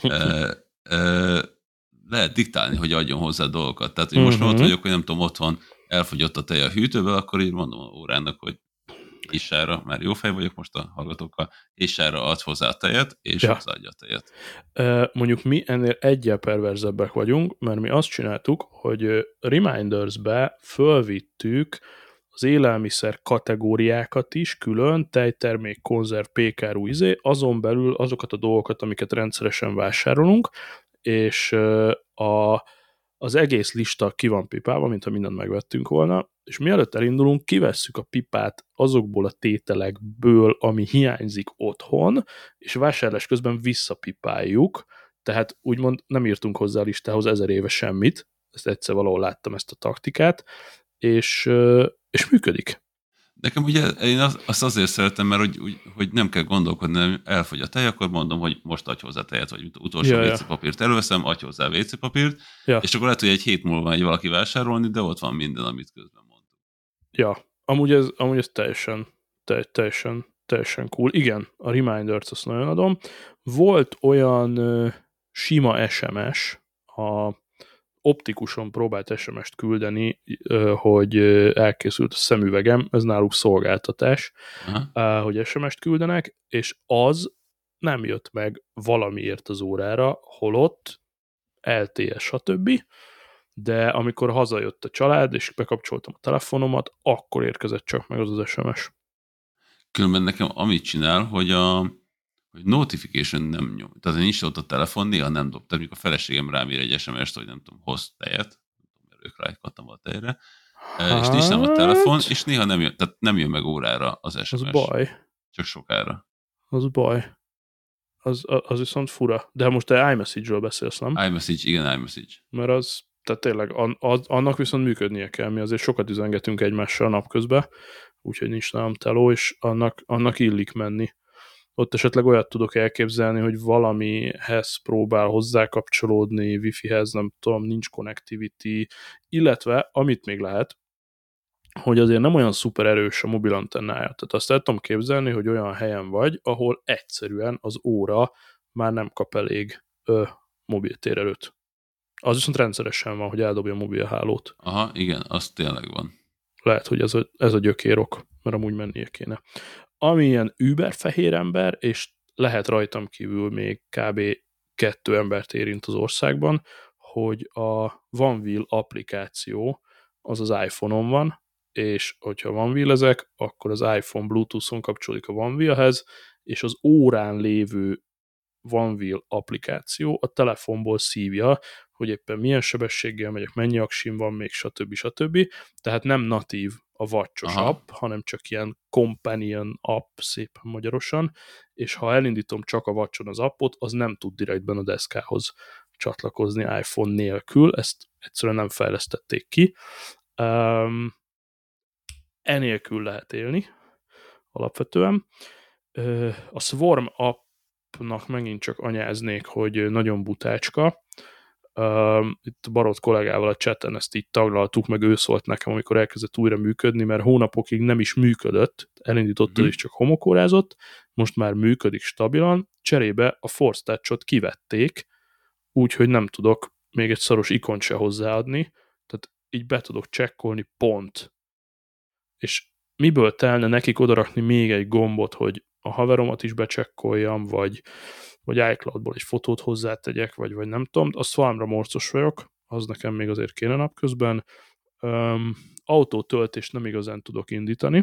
lehet diktálni, hogy adjon hozzá dolgokat. Tehát, hogy most ott vagyok, hogy nem tudom, otthon elfogyott a tej a hűtőből, akkor így mondom a órának, hogy éjsára, már jó fej vagyok most a hallgatókkal, éjsára ad hozzá a tejet, és hozzáadja a tejet. Mondjuk mi ennél egyel perverzebbek vagyunk, mert mi azt csináltuk, hogy Reminders-be fölvittük az élelmiszer kategóriákat is, külön, tejtermék, konzerv, pékáru, azon belül azokat a dolgokat, amiket rendszeresen vásárolunk, és az egész lista ki van pipálva, mintha mindent megvettünk volna, és mielőtt elindulunk, kivesszük a pipát azokból a tételekből, ami hiányzik otthon, és vásárlás közben visszapipáljuk, tehát úgymond nem írtunk hozzá a listához 1000 éve semmit, ezt egyszer valahol láttam ezt a taktikát, és működik. Nekem ugye én azt azért szeretem, mert hogy nem kell gondolkodni, nem elfogy a tej, akkor mondom, hogy most adj hozzá tejet, vagy utolsó WC-papírt előveszem, adj hozzá WC-papírt, és akkor lehet, hogy egy hét múlva megy valaki vásárolni, de ott van minden, amit közben mondtuk. Ja, amúgy ez teljesen cool. Igen, a Reminders azt nagyon adom. Volt olyan sima SMS, a optikuson próbált SMS-t küldeni, hogy elkészült a szemüvegem, ez náluk szolgáltatás, hogy SMS-t küldenek, és az nem jött meg valamiért az órára, holott LTE, stb., de amikor hazajött a család, és bekapcsoltam a telefonomat, akkor érkezett csak meg az SMS. Különben nekem amit csinál, hogy hogy notification nem nyom. Tehát nincs ott a telefon, néha nem dob. Tehát mikor a feleségem rám ír egy SMS-t, hogy nem tudom, hoz tejet, mert ők rájkattam a tejre, és nincs nem a telefon, és néha nem jön, tehát nem jön meg órára az SMS. Az baj. Csak sokára. Az baj. Az viszont fura. De most te iMessage-ről beszélsz, nem? iMessage, igen, iMessage. Mert az, tehát tényleg annak viszont működnie kell, mi azért sokat üzengetünk egymással napközben, úgyhogy nincs nálam teló, és annak illik menni. Ott esetleg olyat tudok elképzelni, hogy valamihez próbál hozzákapcsolódni, wifi-hez, nem tudom, nincs connectivity, illetve, amit még lehet, hogy azért nem olyan szuper erős a mobilantennája. Tehát azt el tudom képzelni, hogy olyan helyen vagy, ahol egyszerűen az óra már nem kap elég mobiltérerőt. Az viszont rendszeresen van, hogy eldobja a mobilhálót. Aha, igen, az tényleg van. Lehet, hogy ez a gyökérok, mert amúgy mennie kéne. Ami ilyen Uber fehér ember, és lehet rajtam kívül még kb. 2 embert érint az országban, hogy a OneWheel applikáció az iPhone-on van, és hogyha OneWheel-ezek, akkor az iPhone Bluetooth-on kapcsolódik a OneWheel-hez, és az órán lévő OneWheel applikáció a telefonból szívja, hogy éppen milyen sebességgel megyek, mennyi aksim van még, stb. Tehát nem natív a watch-os app, hanem csak ilyen companion app, szépen magyarosan, és ha elindítom csak a watch-on az appot, az nem tud direktben a deszkához csatlakozni iPhone nélkül, ezt egyszerűen nem fejlesztették ki. Enélkül lehet élni, alapvetően. A Swarm appnak megint csak anyáznék, hogy nagyon butácska. Itt Barott kollégával a chaten ezt így taglaltuk, meg ő szólt nekem, amikor elkezdett újra működni, mert hónapokig nem is működött, elindította és csak homokórázott, most már működik stabilan, cserébe a Force Touch-ot kivették, úgyhogy nem tudok még egy szaros ikont se hozzáadni, tehát így be tudok csekkolni pont. És miből telne nekik odarakni még egy gombot, hogy a haveromat is becsekkoljam, vagy iCloudból egy fotót hozzátegyek, vagy nem tudom, a Swarmra morcos vagyok, az nekem még azért kéne napközben. Autótöltést nem igazán tudok indítani,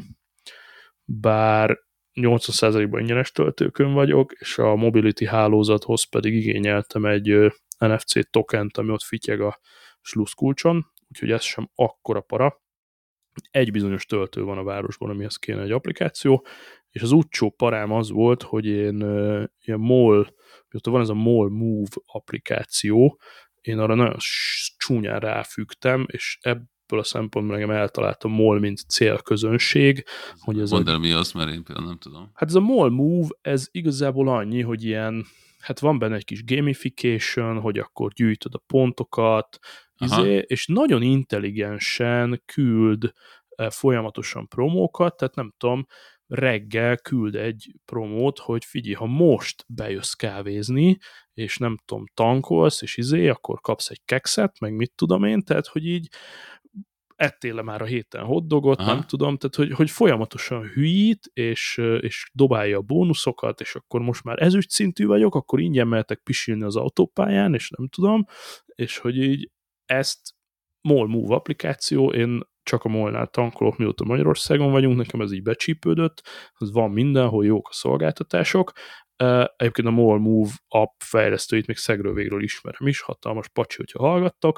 bár 80%-ban ingyenes töltőkön vagyok, és a Mobility hálózathoz pedig igényeltem egy NFC tokent, ami ott fityeg a sluszkulcson, úgyhogy ez sem akkora para. Egy bizonyos töltő van a városban, amihez kéne egy applikáció, és az útcsó parám az volt, hogy én ilyen mióta van ez a MOL Move applikáció, én arra nagyon csúnyán ráfügtem, és ebből a szempontból engem eltaláltam MOL, mint célközönség. Hogy ez mondd el, mi az, mert én például nem tudom. Hát ez a MOL Move, ez igazából annyi, hogy ilyen, hát van benne egy kis gamification, hogy akkor gyűjtöd a pontokat, és nagyon intelligensen küld folyamatosan promókat, tehát nem tudom, reggel küld egy promót, hogy figyelj, ha most bejössz kávézni, és nem tudom, tankolsz, és akkor kapsz egy kekszet, meg mit tudom én, tehát hogy így ettél le már a héten hotdogot, nem tudom, tehát hogy folyamatosan hülyít, és dobálja a bónuszokat, és akkor most már ezüst szintű vagyok, akkor ingyen mehetek pisilni az autópályán, és nem tudom, és hogy így ezt MOL Move applikáció, én csak a MOL-nál tankolok, mióta Magyarországon vagyunk, nekem ez így becsípődött, az van mindenhol, jók a szolgáltatások. Egyébként a MOL Move app fejlesztőit még szegről végről ismerem is, hatalmas pacsi, hogyha hallgattok.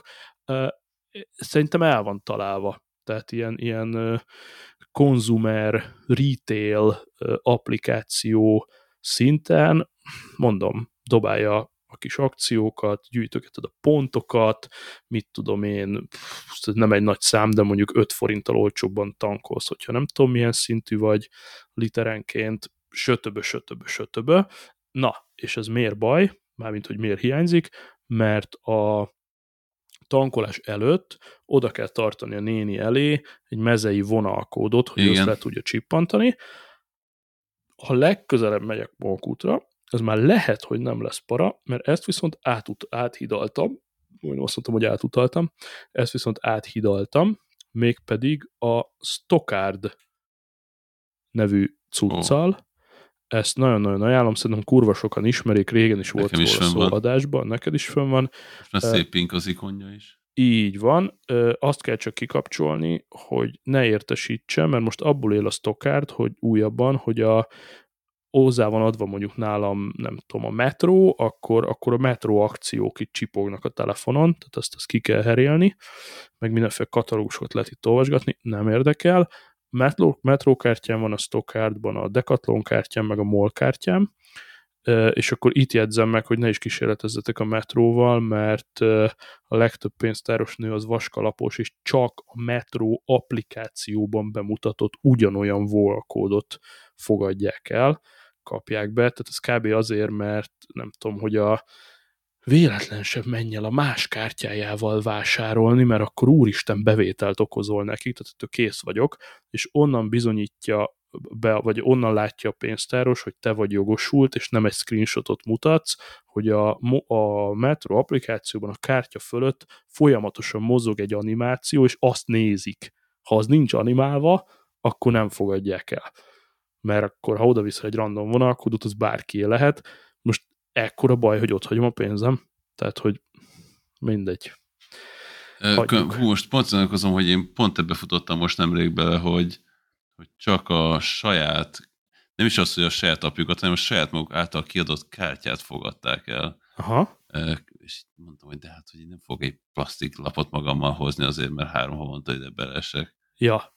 Szerintem el van találva. Tehát ilyen consumer, retail applikáció szinten, mondom, dobálja a kis akciókat, gyűjtögeted a pontokat, mit tudom én, nem egy nagy szám, de mondjuk 5 forinttal olcsóbban tankolsz, hogyha nem tudom milyen szintű vagy literenként, sötöbö. Na, és ez miért baj? Mármint, hogy miért hiányzik? Mert a tankolás előtt oda kell tartani a néni elé egy mezei vonalkódot, hogy össze le tudja csippantani. Ha legközelebb megyek Mókútra, ez már lehet, hogy nem lesz para, mert ezt viszont áthidaltam, úgy azt mondtam, hogy átutaltam, ezt viszont áthidaltam, mégpedig a Stockard nevű cuccal. Ezt nagyon-nagyon ajánlom, szerintem kurva sokan ismerik, régen is volt róla szó adásban, neked is fönn van. Most szép pink az ikonja is. Így van, azt kell csak kikapcsolni, hogy ne értesítse, mert most abból él a Stockard, hogy újabban, hogy hozzá van adva mondjuk nálam, nem tudom, a metró, akkor a metró akciók itt csipognak a telefonon, tehát azt ki kell herélni, meg mindenféle katalógusokat lehet itt olvasgatni, nem érdekel. Metrókártyám van a Stockardban, a Decathlon kártyám, meg a MOL kártyám, és akkor itt jegyzem meg, hogy ne is kísérletezzetek a metróval, mert a legtöbb pénztáros nő az vaskalapos, és csak a metró applikációban bemutatott ugyanolyan volkódot fogadják el, kapják be, tehát ez kb. Azért, mert nem tudom, hogy a véletlen sem menj el a más kártyájával vásárolni, mert akkor úristen bevételt okozol nekik, tehát ettől kész vagyok, és onnan bizonyítja be, vagy onnan látja a pénztáros, hogy te vagy jogosult, és nem egy screenshotot mutatsz, hogy a Metro applikációban a kártya fölött folyamatosan mozog egy animáció, és azt nézik. Ha az nincs animálva, akkor nem fogadják el. Mert akkor, ha oda-vissza egy random vonalkódot, az bárkié lehet. Most ekkora baj, hogy ott hagyom a pénzem. Tehát, hogy mindegy. Most pont szanálkozom, hogy én pont ebbe futottam most nemrég bele, hogy csak a saját, nem is az, hogy a saját apjukat, hanem a saját maguk által kiadott kártyát fogadták el. Aha. És mondtam, hogy de hát, hogy én nem fog egy plastik lapot magammal hozni azért, mert 3 havonta ide beleesek. Ja.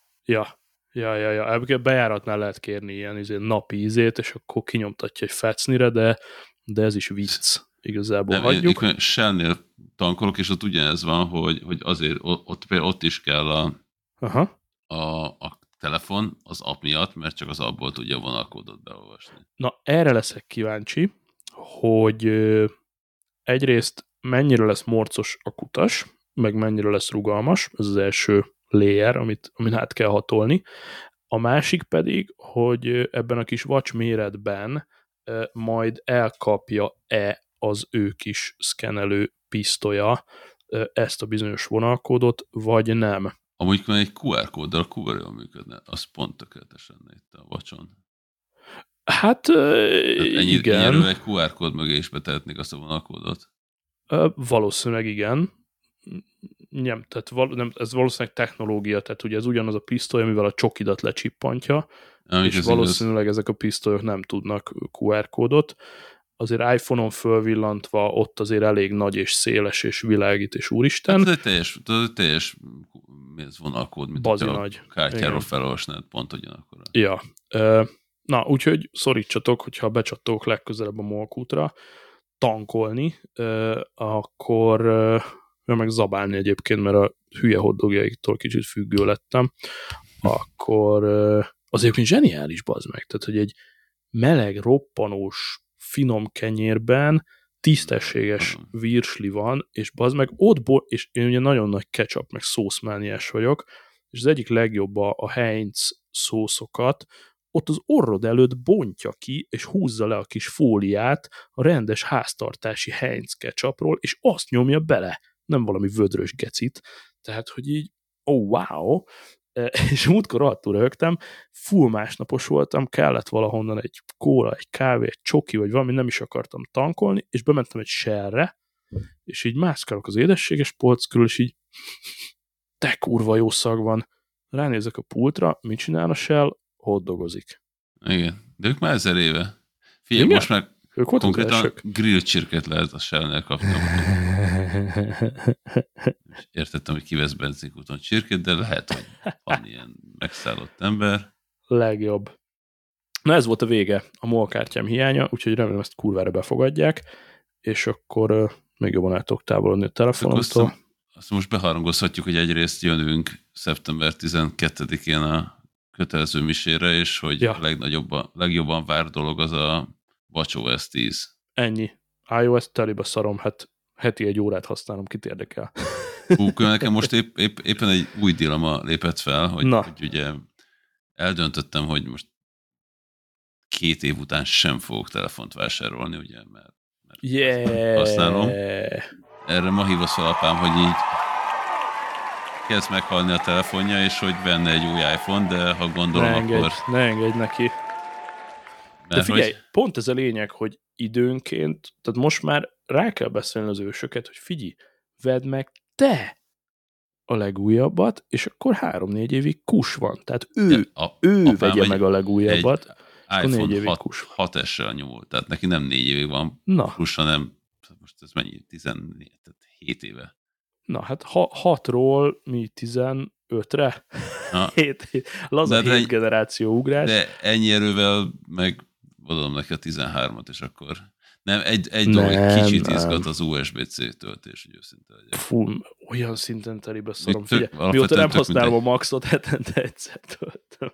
Bejáratnál lehet kérni ilyen napi ízét, és akkor kinyomtatja egy fecnire, de ez is vicc. Igazából nem, hagyjuk. Shell-nél tankolok, és ott ugyanez van, hogy azért ott is kell Aha. A telefon az app miatt, mert csak az appból tudja a vonalkódot beolvasni. Na, erre leszek kíváncsi, hogy egyrészt mennyire lesz morcos a kutas, meg mennyire lesz rugalmas, ez az első layer, amin át kell hatolni. A másik pedig, hogy ebben a kis watch méretben majd elkapja-e az ő kis szkenelő pisztolya ezt a bizonyos vonalkódot, vagy nem. Amúgy egy QR kóddal kurva jól működne, az pont tökéletes lenne itt a Watch-on. Hát igen. Ennyire egy QR kód mögé is betehetnék azt a vonalkódot. Valószínűleg igen. Nem, tehát ez valószínűleg technológia, tehát ugye ez ugyanaz a pisztoly, amivel a csokidat lecsippantja, és valószínűleg ezek a pisztolyok nem tudnak QR kódot. Azért iPhone-on fölvillantva ott azért elég nagy és széles és világít és úristen. Hát ez egy teljes vonalkód, mint bazi hogyha nagy. A kártyáról felolvasnád, pont ugyanakkor. Ja. Na, úgyhogy szorítsatok, hogyha becsattogok legközelebb a Molkútra tankolni, akkor meg zabálni egyébként, mert a hülye hotdogjaiktól kicsit függő lettem, akkor az egyébként zseniális, bazd meg. Tehát, hogy egy meleg, roppanós, finom kenyérben tisztességes virsli van, és bazd meg és én ugye nagyon nagy ketchup, meg szószmániás vagyok, és az egyik legjobb a Heinz szószokat ott az orrod előtt bontja ki, és húzza le a kis fóliát a rendes háztartási Heinz ketchupról, és azt nyomja bele, nem valami vödrös gecit. Tehát, hogy így, wow, és múltkor rohadtul röhögtem, full másnapos voltam, kellett valahonnan egy kóla, egy kávé, egy csoki, vagy valami, nem is akartam tankolni, és bementem egy Shell-re, és így mászkálok az édességes polc körül, és így te kurva jó szag van. Ránézek a pultra, mit csinál a Shell? Hotdogozik. Igen, de ők már 1000 éve. Figyelj, igen? Most már ők konkrétan grill csirket lehet a Shell-nél kapni. Értettem, hogy kivesz benzinkúton csirkét, de lehet, hogy van ilyen megszállott ember. Legjobb. Na ez volt a vége, a molkártyám hiánya, úgyhogy remélem ezt kurvára befogadják, és akkor még jobban el tudok távolodni a telefonomtól. Azt most beharangozhatjuk, hogy egyrészt jönünk szeptember 12-én a kötelező misére, és hogy a legjobban vár dolog az a WatchOS 10. Ennyi. iOS telibe szarom, hát heti 1 órát használom, kit érdekel. Nekem most éppen egy új dilemma lépett fel, hogy ugye eldöntöttem, hogy most 2 év után sem fogok telefont vásárolni, ugye, mert használom. Erre ma hívasz fel apám, hogy így kezd meghalni a telefonja, és hogy venne egy új iPhone, de ha gondolom, akkor... Ne engedj neki. De figyelj, pont ez a lényeg, hogy időnként, tehát most már rá kell beszélni az ősöket, hogy figyelj, vedd meg te a legújabbat, és akkor 3-4 évig kus van. Tehát ő vegye meg a legújabbat, iPhone 6S-sel nyomult, tehát neki nem 4 évig van kus, hanem most ez mennyi? 17 éve. Na, hát 6-ról mi 15-re? 7 laza 7 generáció ugrás. De ennyi erővel meg adom neki a 13-at, és akkor nem, egy dolog, egy kicsit izgat az USB-C töltés, hogy őszinte legyek. Fú, olyan szinten telibe szarom. Mióta nem használom a Maxot, hetente egyszer töltöm.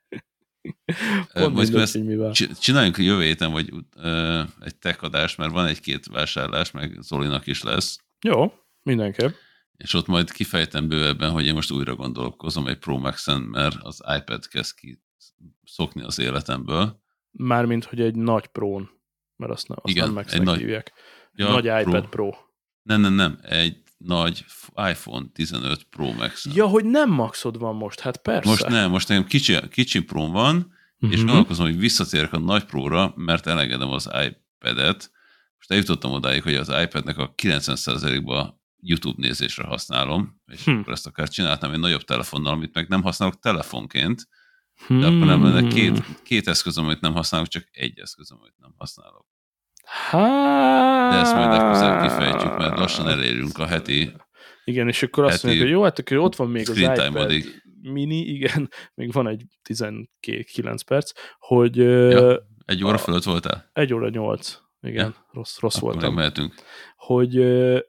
Csináljunk jövő héten, vagy egy tech adást, mert van 1-2 vásárlás, meg Zolinak is lesz. Jó, mindenképp. És ott majd kifejtem bővebben, hogy én most újra gondolkozom egy Pro Max-en, mert az iPad kezd ki szokni az életemből. Mármint, hogy egy nagy Pro-n, mert azt nem Max-nek hívják. Nagy iPad Pro. Nem. Egy nagy iPhone 15 Pro Max. Ja, hogy nem Maxod van most, hát persze. Most nekem kicsi Pro van, és gondolkozom, hogy visszatérek a nagy Pro-ra, mert elengedem az iPad-et. Most eljutottam odáig, hogy az iPad-nek a 90%-ba YouTube nézésre használom, és akkor ezt akár csináltam egy nagyobb telefonnal, amit meg nem használok telefonként, de akkor nem lenne két eszközöm, amit nem használok, csak egy eszközöm, amit nem használok. De ezt majd legközelebb kifejtjük, mert lassan elérünk a heti... Igen, és akkor azt mondjuk, hogy jó, hát akkor ott van még az iPad mini, igen, még van egy 19 perc, hogy... 1 óra fölött voltál? 1 óra 8, igen, rossz voltam. Mehetünk. Hogy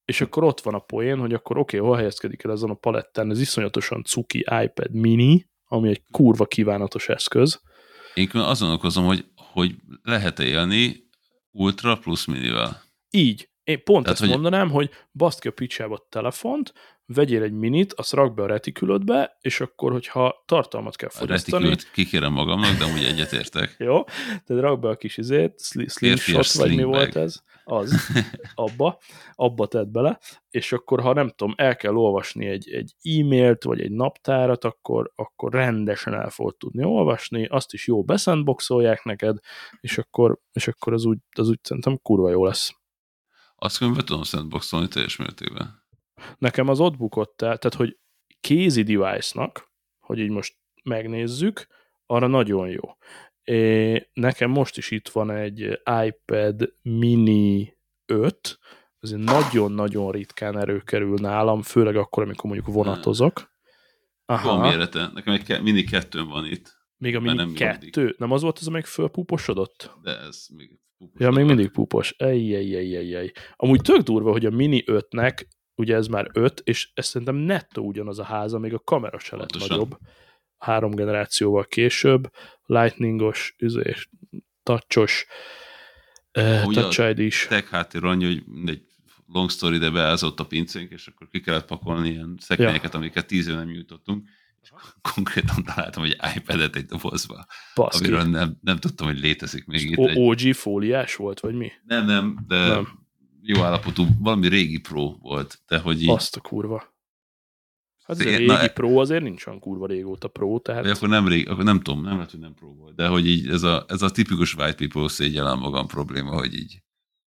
és akkor ott van a poén, hogy akkor oké, hol helyezkedik el ezen a palettán, ez iszonyatosan cuki iPad mini, ami egy kurva kívánatos eszköz. Én azon okozom, hogy lehet-e élni Ultra plusz minivel. Így. Én pont Tehát, ezt mondanám, hogy baszd ki a picsába a telefont, vegyél egy minit, azt rakd be a retikülödbe, és akkor, hogyha tartalmat kell fogyasztani... A retikülöt kikérem magamnak, de úgy egyetértek. Jó, tehát rakd be a kis slingshot, vagy mi volt ez? Az, abba tedd bele, és akkor, ha nem tudom, el kell olvasni egy e-mailt, vagy egy naptárat, akkor rendesen el fogod tudni olvasni, azt is jó beszandboxolják neked, és akkor az úgy szerintem kurva jó lesz. Azt különben tudom sandboxolni teljes mértékben. Nekem az ott bukott el, tehát, hogy kézi device-nak, hogy így most megnézzük, arra nagyon jó. Nekem most is itt van egy iPad mini 5, azért nagyon-nagyon ritkán előkerül nálam, főleg akkor, amikor mondjuk vonatozok. Van mérete. Nekem egy mini 2 van itt. Még a mini 2? Nem az volt az, amelyik fölpúposodott? De ez még púpos. Ja, még mindig púpos. Ejjjjjjjjjjj. Amúgy tök durva, hogy a mini 5-nek, ugye ez már 5, és ez szerintem nettó ugyanaz a háza, még a kamera se lett nagyobb. 3 generációval később, lightningos, touchos, touch ID-s. Tech háttér annyi, hogy egy long story, de beázott a pincénk, és akkor ki kellett pakolni ilyen szekrényeket, amiket 10 éve nem nyújtottunk, és konkrétan találtam egy iPad-et egy dobozba, amiről nem tudtam, hogy létezik még itt. OG fóliás volt, vagy mi? Nem, de nem. Jó állapotú, valami régi Pro volt, de hogy így... Azt a kurva. Hát ez a régi Pro azért nincs olyan kurva régóta Pro, tehát... Vagy akkor nem régi, akkor nem tudom, nem lehet, hogy nem Pro volt, de hogy így ez a tipikus white people szégyellem magam probléma, hogy így...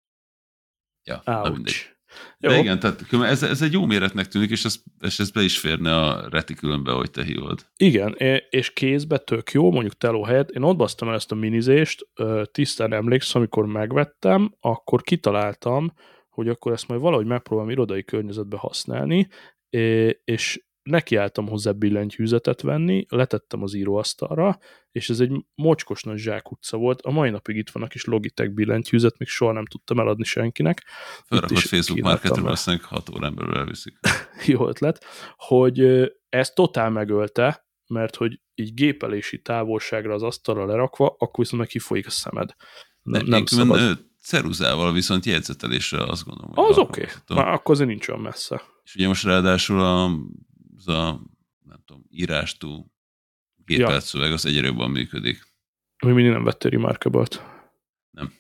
Ja, na mindegy. De jó. Igen, tehát ez egy jó méretnek tűnik, és ez be is férne a retikülönbe, ahogy te hívod. Igen, és kézbe tök jó, mondjuk teló helyett. Én ott basztam el ezt a minizést, tisztán emlékszem, amikor megvettem, akkor kitaláltam, hogy akkor ezt majd valahogy megpróbálom irodai környezetbe használni, és nekiálltam hozzá billentyűzetet venni, letettem az íróasztalra, és ez egy mocskos nagy zsákutca volt. A mai napig itt van a kis Logitech billentyűzet, még soha nem tudtam eladni senkinek. Felrakod Facebook Marketre, aztán 6 órán belül elviszik. Jó ötlet, hogy ez totál megölte, mert hogy így gépelési távolságra az asztalra lerakva, akkor viszont meg kifolyik a szemed. Nem szabad. Ceruzával viszont jegyzetelésre azt gondolom, hogy az oké. Már akkor azért nincs olyan messze. És ugye most ráadásul az a nem tudom, írástú gépelt szöveg az egyre jobban működik. Mi mindig nem vettél Remarkable-t. Nem.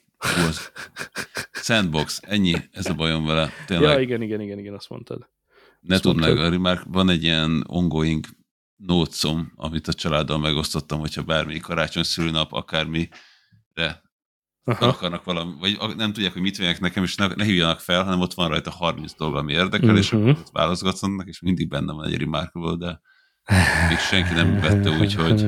Sandbox, ennyi, ez a bajom vele. Tényleg. Ja, igen, azt mondtad. Ne tudd meg, a Remark, van egy ilyen ongoing notes-om, amit a családdal megosztottam, hogyha bármi karácsony, szülőnap, akármire akarnak valami, vagy nem tudják, hogy mit vegyenek nekem, és ne hívjanak fel, hanem ott van rajta 30 dolog, ami érdekel, és akkor ott válaszgatnak, és mindig benne van egy Remarkable, de még senki nem vette úgy, hogy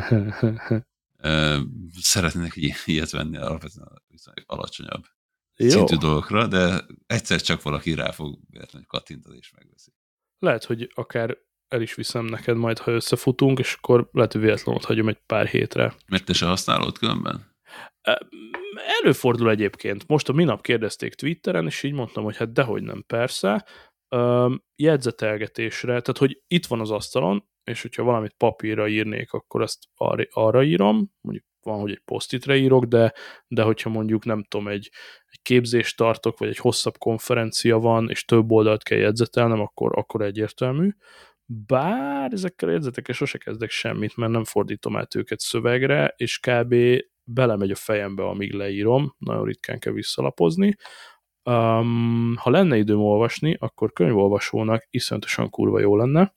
szeretnének ilyet venni alapvetően alacsonyabb szintű dolgokra, de egyszer csak valaki rá fog érteni, hogy kattintani és megveszi. Lehet, hogy akár el is viszem neked majd, ha összefutunk, és akkor lehet, hogy véletlenül ott hagyom egy pár hétre. Mert te se használod különben? Előfordul egyébként. Most a minap kérdezték Twitteren, és így mondtam, hogy hát dehogy nem, persze. Jegyzetelgetésre, tehát hogy itt van az asztalon, és hogyha valamit papírra írnék, akkor azt arra írom, mondjuk van, hogy egy post-itre írok, de hogyha mondjuk nem tudom, egy képzést tartok, vagy egy hosszabb konferencia van, és több oldalt kell jegyzetelnem, akkor egyértelmű. Bár ezekkel a jegyzetekkel sose kezdek semmit, mert nem fordítom át őket szövegre, és kb. Belemegy a fejembe, amíg leírom, nagyon ritkán kell visszalapozni. Ha lenne időm olvasni, akkor könyvolvasónak iszonyatosan kurva jó lenne.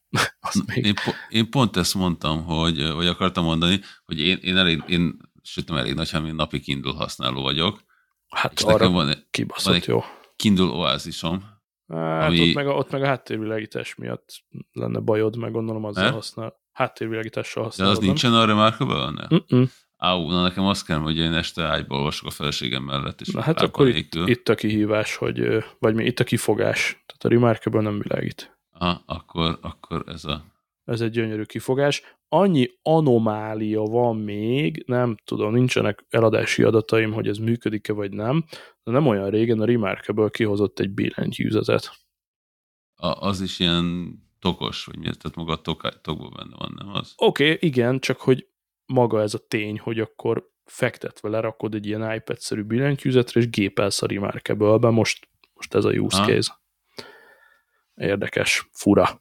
Én pont ezt mondtam, hogy akartam mondani, hogy én elég nagy, hanem én napi Kindle használó vagyok. Hát arra van kibaszott jó. Kindle oázisom. Hát ott meg a háttérvilágítás miatt lenne bajod, meg gondolom azzal használ. Háttérvilágítással használod. De az nincsen a Remarkable-ne? Na nekem azt kell, hogy én este ágyba olvasok a feleségem mellett. És na hát akkor itt a kihívás, vagy itt a kifogás. Tehát a Remarkable nem világít. Akkor ez egy gyönyörű kifogás. Annyi anomália van még, nem tudom, nincsenek eladási adataim, hogy ez működik-e vagy nem, de nem olyan régen a Remarkable kihozott egy billentyűzetet. Az is ilyen tokos, vagy miért? Tehát maga a tokból benne van, nem az? Oké, igen, csak hogy maga ez a tény, hogy akkor fektetve lerakod egy ilyen iPad-szerű billentyűzetre, és gépelsz a Remarkable-be, most ez a use case. Érdekes, fura.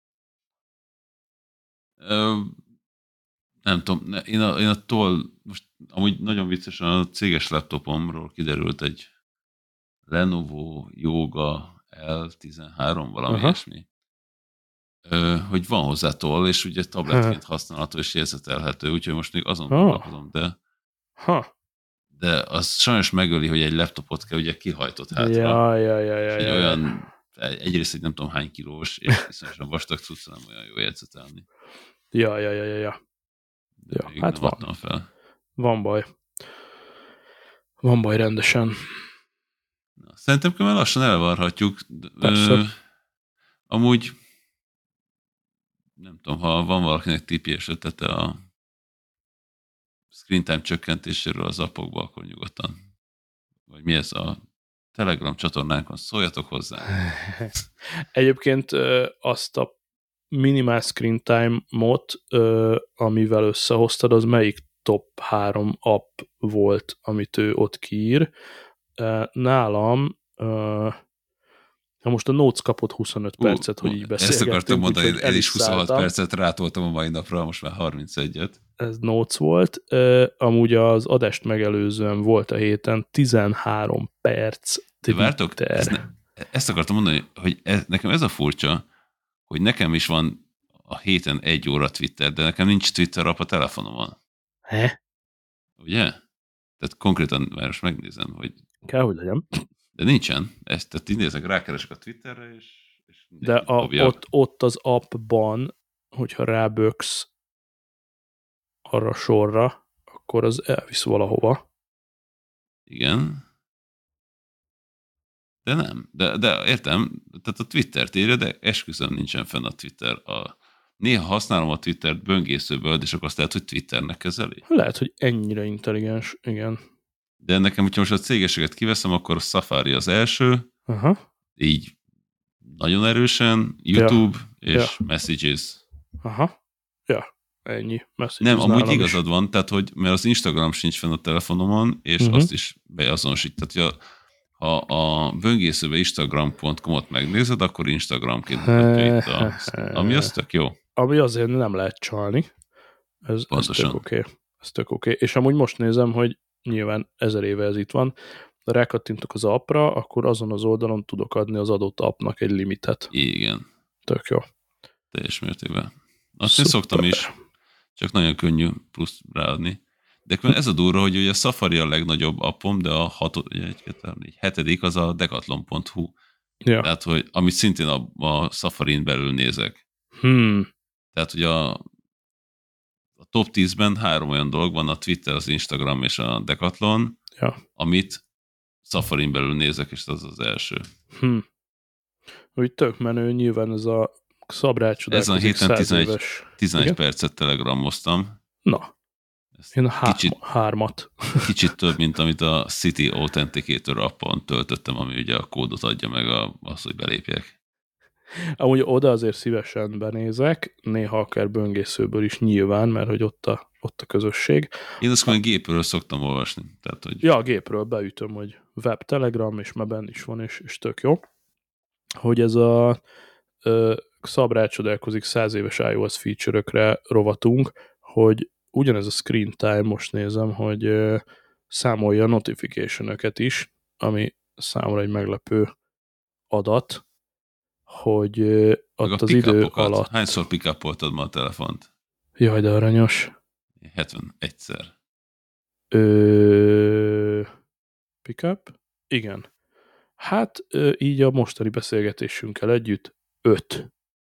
Nem tudom, én attól most amúgy nagyon viccesen a céges laptopomról kiderült egy Lenovo Yoga L13, valami ilyesmi, hogy van hozzá toll, és ugye tabletként használható és érzetelhető, úgyhogy most még azon gondolkozom, de az sajnos megöli, hogy egy laptopot kell ugye kihajtott hátra. És olyan, egyrészt egy nem tudom hány kilós, és viszonyosan vastag cucca nem olyan jó jegyzetelni. Ja, hát van. Fel. Van baj. Van baj rendesen. Na, szerintem már lassan elvarhatjuk. Amúgy nem tudom, ha van valakinek tippje és ötlete a screen time csökkentéséről az appokba, akkor nyugodtan. Vagy mi ez a Telegram csatornánkon, szóljatok hozzá. Egyébként azt a minimál screen time-ot, amivel összehoztad, az melyik top 3 app volt, amit ő ott kiír? Nálam most a Notes kapott 25 percet, hogy így beszélgettünk. Ezt akartam mondani, én is 26 percet rátoltam a mai napra, most már 31-et. Ez Notes volt. Amúgy az adást megelőzően volt a héten 13 perc Twitter. Vártok, ezt akartam mondani, hogy nekem ez a furcsa, hogy nekem is van a héten 1 óra Twitter, de nekem nincs Twitter app a telefonomon. Ugye? Tehát konkrétan már most megnézem, hogy... Kell, hogy legyen. De nincsen. Tehát így nézek, rákeresek a Twitterre, és de ott az appban, hogyha ráböksz arra sorra, akkor az elvisz valahova. Igen. De nem. De értem, tehát a Twittert írja, de esküszöm nincsen fenn a Twitter. Néha használom a Twittert böngészőből, és akkor azt lehet, hogy Twitternek kezeli. Lehet, hogy ennyire intelligens, igen. De nekem, hogyha most a cégeseket kiveszem, akkor a Safari az első, így nagyon erősen, YouTube és Messages. Ennyi. Messages nem, amúgy igazad van, tehát, hogy mert az Instagram sincs fenn a telefonomon, és azt is beazonosít. Tehát, ha a böngészőbe instagram.com-ot megnézed, akkor Instagramként mutatja itt ami az tök jó. Ami azért nem lehet csalni. Ez tök oké. Ez tök oké. És amúgy most nézem, hogy nyilván 1000 éve ez itt van, de rákattintok az appra, akkor azon az oldalon tudok adni az adott appnak egy limitet. Igen. Tök jó. Teljes mértékben. Azt én szoktam is, csak nagyon könnyű plusz ráadni. De ez a durva, hogy ugye a Safari a legnagyobb appom, de a 7. az a decathlon.hu. Ja. Tehát, hogy amit szintén a Safarin belül nézek. Tehát, hogy a top 10-ben 3 olyan dolog van, a Twitter, az Instagram és a Decathlon, amit Safarin belül nézek, és az az első. Úgy tök menő, nyilván ez a szabrácsodálkozik. Ezen a héten 11 percet telegramoztam. Na, én hármat. Kicsit több, mint amit a City Authenticator appon töltöttem, ami ugye a kódot adja meg az, hogy belépjek. Amúgy oda azért szívesen benézek, néha akár böngészőből is nyilván, mert hogy ott a közösség. Én azt már gépről szoktam olvasni. Tehát, hogy... Ja, a gépről beütöm, hogy web telegram, és már benn is van, és tök jó. Hogy ez a szabrácsodálkozik 100 éves iOS feature-ökre rovatunk, hogy ugyanez a screen time, most nézem, hogy számolja a notification-öket is, ami számomra egy meglepő adat, hogy ott az idő alatt... Hányszor pick-upoltad ma a telefont? Jaj, de aranyos. 71-szer. Pick-up? Igen. Hát így a mostani beszélgetésünkkel együtt 5.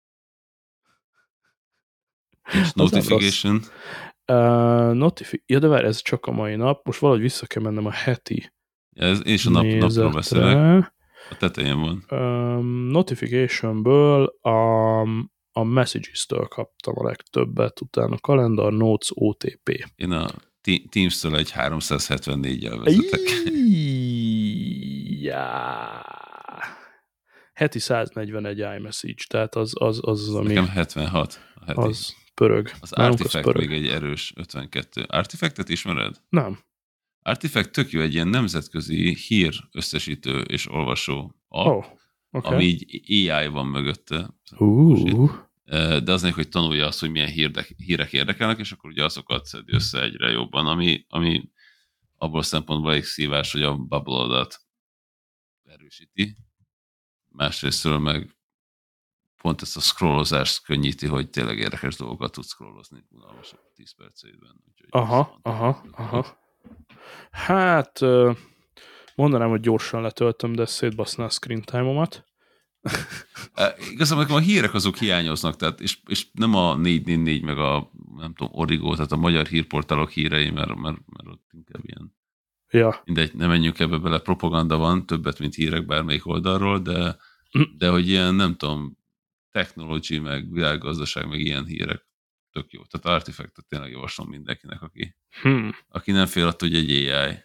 És notification? Ja, de várj, ez csak a mai nap. Most valahogy vissza kell mennem a heti és a napról beszélek. A tetején van. Notificationből a Messages-től kaptam a legtöbbet, utána Calendar, Notes, OTP. Én a Teams-től egy 374-jel vezetek. heti 141 iMessage, tehát az ami... Nekem 76 a heti. Az pörög. Az Artifact még egy erős 52. Artifactet ismered? Nem. Artifact tök jó, egy ilyen nemzetközi hír összesítő és olvasó app, Okay. ami így AI van mögötte. De az hogy tanulja azt, hogy milyen hírek érdekelnek, és akkor ugye azokat szedi össze egyre jobban, ami abból szempontból elég szívás, hogy a bubble-odat erősíti. Másrésztről meg pont ezt a scrollozást könnyíti, hogy tényleg érdekes dolgokat tudsz scrollozni unalmasak 10 perceidben. Aha. Hát mondanám, hogy gyorsan letöltöm, de szétbaszná a screen time-omat. Igazából a hírek azok hiányoznak, tehát, és nem a 444 meg a nem tudom, Origo, tehát a magyar hírportálok hírei, mert ott inkább ilyen. Ja. Mindegy, nem menjünk ebbe bele, propaganda van, többet, mint hírek bármelyik oldalról, de hogy ilyen, nem tudom, technology, meg világgazdaság, meg ilyen hírek tök jó. Tehát Artifactot tényleg javaslom mindenkinek, aki nem fél attól, hogy egy AI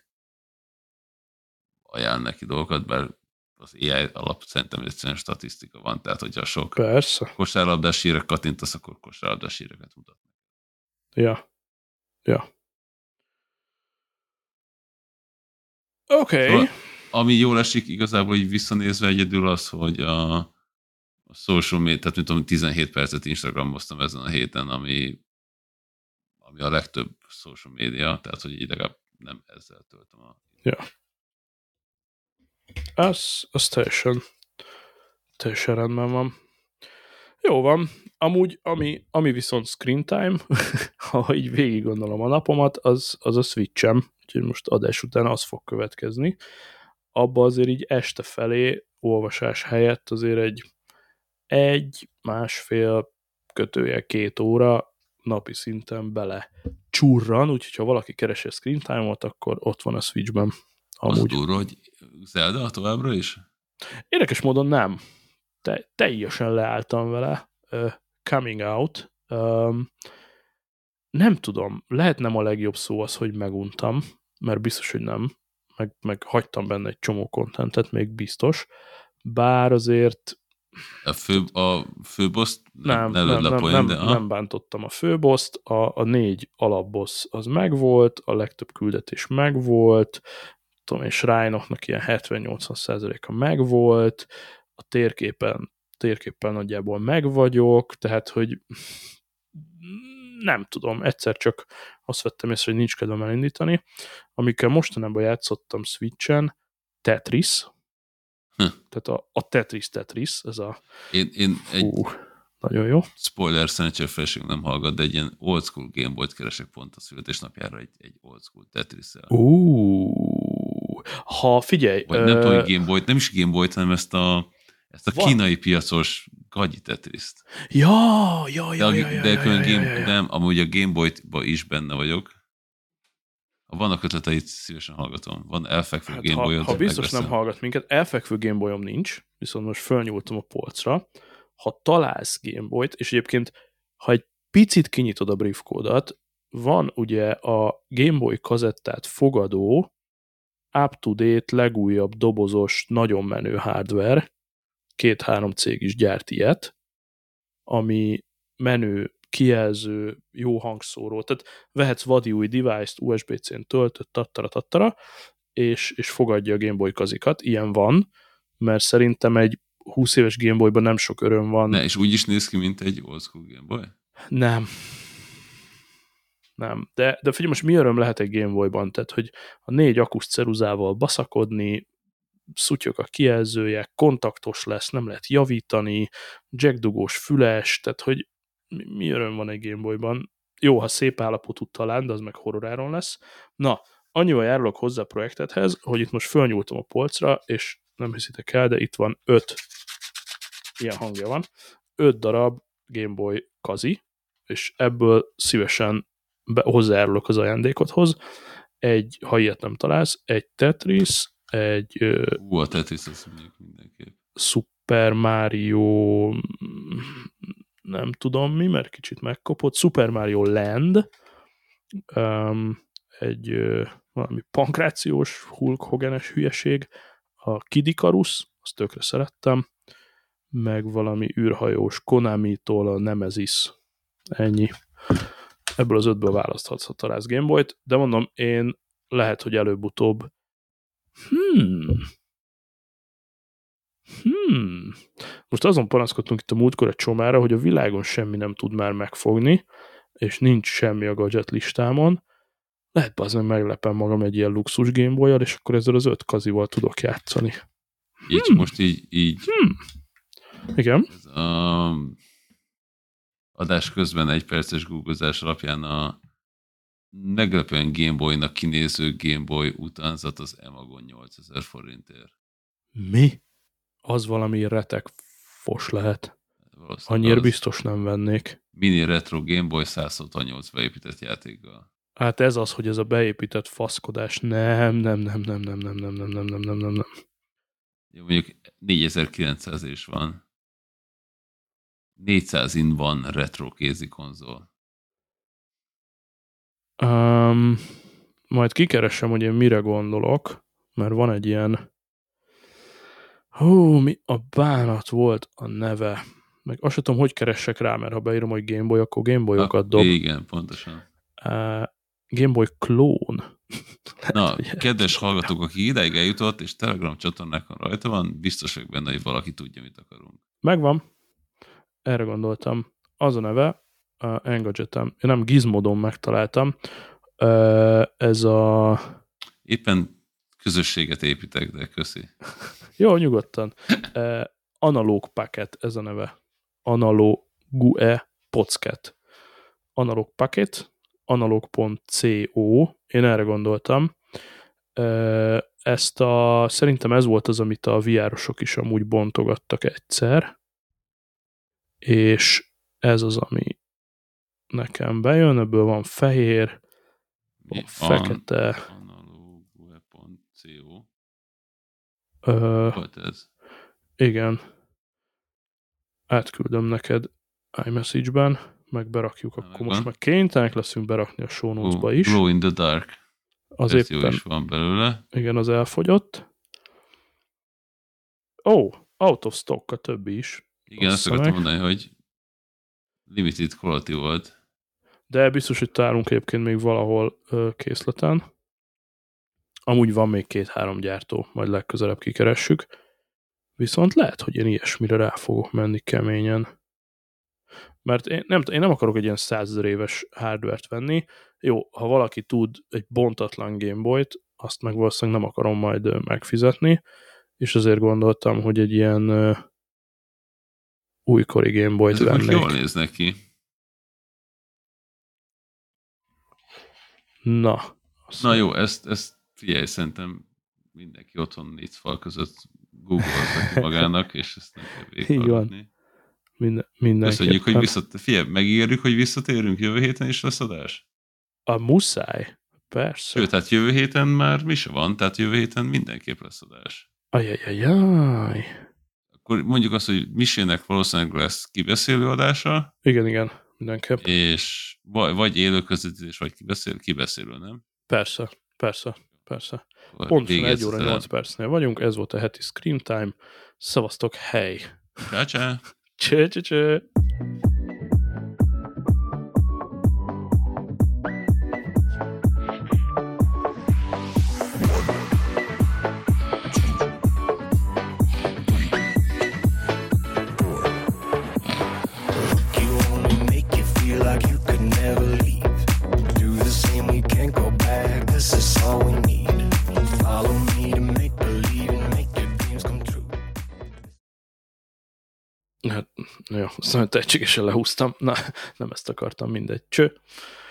ajánl neki dolgokat, bár az AI alap szerintem egyszerűen statisztika van, tehát hogyha sok kosárlabdás hírek kattintasz, akkor kosárlabdás híreket mutat. Ja. Oké. Szóval, ami jól esik igazából így visszanézve egyedül az, hogy a social media, tehát mint tudom, 17 percet Instagramoztam ezen a héten, ami a legtöbb social media, tehát hogy így legalább nem ezzel töltöm a... Ja. Az teljesen rendben van. Jó van. Amúgy, ami viszont screen time, ha így végig gondolom a napomat, az a Switch-em, úgyhogy most adás után az fog következni. Abba azért így este felé olvasás helyett azért egy másfél kötője 2 óra napi szinten bele csurran, úgyhogy ha valaki keresi a screen time-ot, akkor ott van a Switchben. Amúgy. Az durva, hogy Zelda továbbra is? Érdekes módon nem. Teljesen leálltam vele. Coming out. Nem tudom, lehet nem a legjobb szó az, hogy meguntam, mert biztos, hogy nem. Meg hagytam benne egy csomó kontentet, még biztos. Bár azért... A főboszt nem bántottam a főboszt, a 4 alapboss az megvolt, a legtöbb küldetés megvolt, tudom én, Shrine-oknak ilyen 70-80%-a megvolt, a térképen nagyjából megvagyok, tehát, hogy nem tudom, egyszer csak azt vettem észre, hogy nincs kedvem elindítani. Amikkel mostanában játszottam Switchen, Tetris, tehát a Tetris, ez a... nagyon jó. Spoiler, szerencsére feleség nem hallgat, de egy ilyen old school Game Boy-t keresek pont a születésnapjára egy old school Tetris-el. Ha figyelj... Vagy nem tudom, hogy Game Boy-t, nem is Game Boy-t, hanem ezt a kínai piacos gagyi Tetriszt. Ja. Nem, amúgy a Game Boy-ba is benne vagyok. Ha vannak ötleteit, szívesen hallgatom. Van elfekvő Game Boy-od. Ha biztos nem hallgat minket, elfekvő Game Boy-om nincs, viszont most fölnyúltam a polcra. Ha találsz Game Boy-t, és egyébként, ha egy picit kinyitod a briefkódat, van ugye a Game Boy kazettát fogadó, up-to-date, legújabb dobozos, nagyon menő hardware, 2-3 cég is gyárt ilyet, ami menő, kijelző, jó hangszóró, tehát vehetsz vadi új device-t, USB-C-n töltött, tattara, és fogadja a Game Boy kazikat, ilyen van, mert szerintem egy 20 éves Game Boy-ban nem sok öröm van. És úgy is néz ki, mint egy old school Game Boy? Nem. De figyelj, most mi öröm lehet egy Game Boy-ban? Tehát, hogy a 4 akus ceruzával baszakodni, szutyog a kijelzője, kontaktos lesz, nem lehet javítani, jackdugós füles, tehát, hogy mi öröm van egy Game Boy-ban. Jó, ha szép állapotú talán, de az meg horroráron lesz. Na, annyival járulok hozzá a projektethez, hogy itt most fölnyúltam a polcra, és nem hiszitek el, de itt van 5 ilyen hangja van, 5 darab Game Boy kazi, és ebből szívesen hozzájárulok az ajándékodhoz. Ha ilyet nem találsz, egy Tetris, egy a Tetris, azt mondjuk mindenképp. Super Mario nem tudom mi, mert kicsit megkopott, Super Mario Land, egy valami pankrációs, Hulk Hogan-es hülyeség, a Kid Icarus, azt tökre szerettem, meg valami űrhajós Konami-tól a Nemesis. Ennyi. Ebből az 5-ből választhatsz a Tarász Game Boy-t, de mondom, én lehet, hogy előbb-utóbb Most azon panaszkodtunk itt a múltkor egy csomára, hogy a világon semmi nem tud már megfogni, és nincs semmi a gadget listámon. Lehet bazdmeg meglepem magam egy ilyen luxus Game Boy-jal, és akkor ezzel az 5 kazival tudok játszani. Így most így. Igen. Ez a adás közben 1 perces googlezás alapján a meglepően Game Boy-nak kinéző Game Boy utánzat az Emagon 8000 forintért. Mi? Az valami retek fos lehet. Annyira biztos nem vennék. Mini retro Game Boy 168 beépített játékkal. Hát ez az, hogy ez a beépített faszkodás. Nem. Jó, mondjuk 4900 is van. 400-in van retro kézi konzol. Majd kikeresem, hogy én mire gondolok, mert van egy ilyen mi a bánat volt a neve. Meg azt sem tudom, hogy keressek rá, mert ha beírom, hogy Game Boy, akkor Game Boy-okat dob. Igen, pontosan. Game Boy klón. Na, kedves hallgatók, aki idáig eljutott, és Telegram csatornákon rajta van, biztos vagyok benne, hogy valaki tudja, mit akarunk. Megvan. Erre gondoltam. Az a neve, Engadgetem. Én nem Gizmodon megtaláltam. Ez a... Éppen közösséget építek, de köszi. Jó, nyugodtan. Analóg Packet, ez a neve. Analogue Pocket. Analóg Packet, analog.co. Én erre gondoltam. Szerintem ez volt az, amit a VR-osok is amúgy bontogattak egyszer. És ez az, ami nekem bejön, ebből van fehér, van fekete. Analogue.co. Volt ez? Igen. Átküldöm neked iMessage-ben, meg berakjuk, akkor most meg kénytelenek leszünk berakni a show notes-ba is. Glow in the Dark. Az éppen is van belőle. Igen, az elfogyott. Out of stock a többi is. Igen, azt akartam mondani, hogy limited quality volt. De biztos, hogy találunk egyébként még valahol készleten. Amúgy van még 2-3 gyártó, majd legközelebb kikeressük. Viszont lehet, hogy én ilyesmire rá fogok menni keményen. Mert én nem akarok egy ilyen 100 000 éves hardware-t venni. Jó, ha valaki tud egy bontatlan Game Boy-t, azt meg valószínűleg nem akarom majd megfizetni, és azért gondoltam, hogy egy ilyen újkori Game Boy-t vennék. Jól néznek ki. Na jó, ezt figyelj, szerintem mindenki otthon 4 fal között google-olta magának, és ezt nem kell végighallgatni. Mindenképpen. Köszönjük, hogy figyelj, megígérjük, hogy visszatérünk jövő héten is lesz adás? Muszáj, persze. Sőt, hát jövő héten már mi se van, tehát jövő héten mindenképp lesz adás. Ajajajaj. Akkor mondjuk azt, hogy Misének valószínűleg lesz kibeszélő adása. Igen, mindenképp. És vagy élő közvetítés, vagy kibeszélő, nem? Persze. Pontosan 1 óra 8 percnél vagyunk, ez volt a heti Screen Time. Szavaztok, hely! Csá! Cső! Hát, jó, azt nagyon tehetségesen lehúztam. Na, nem ezt akartam, mindegy. Cső.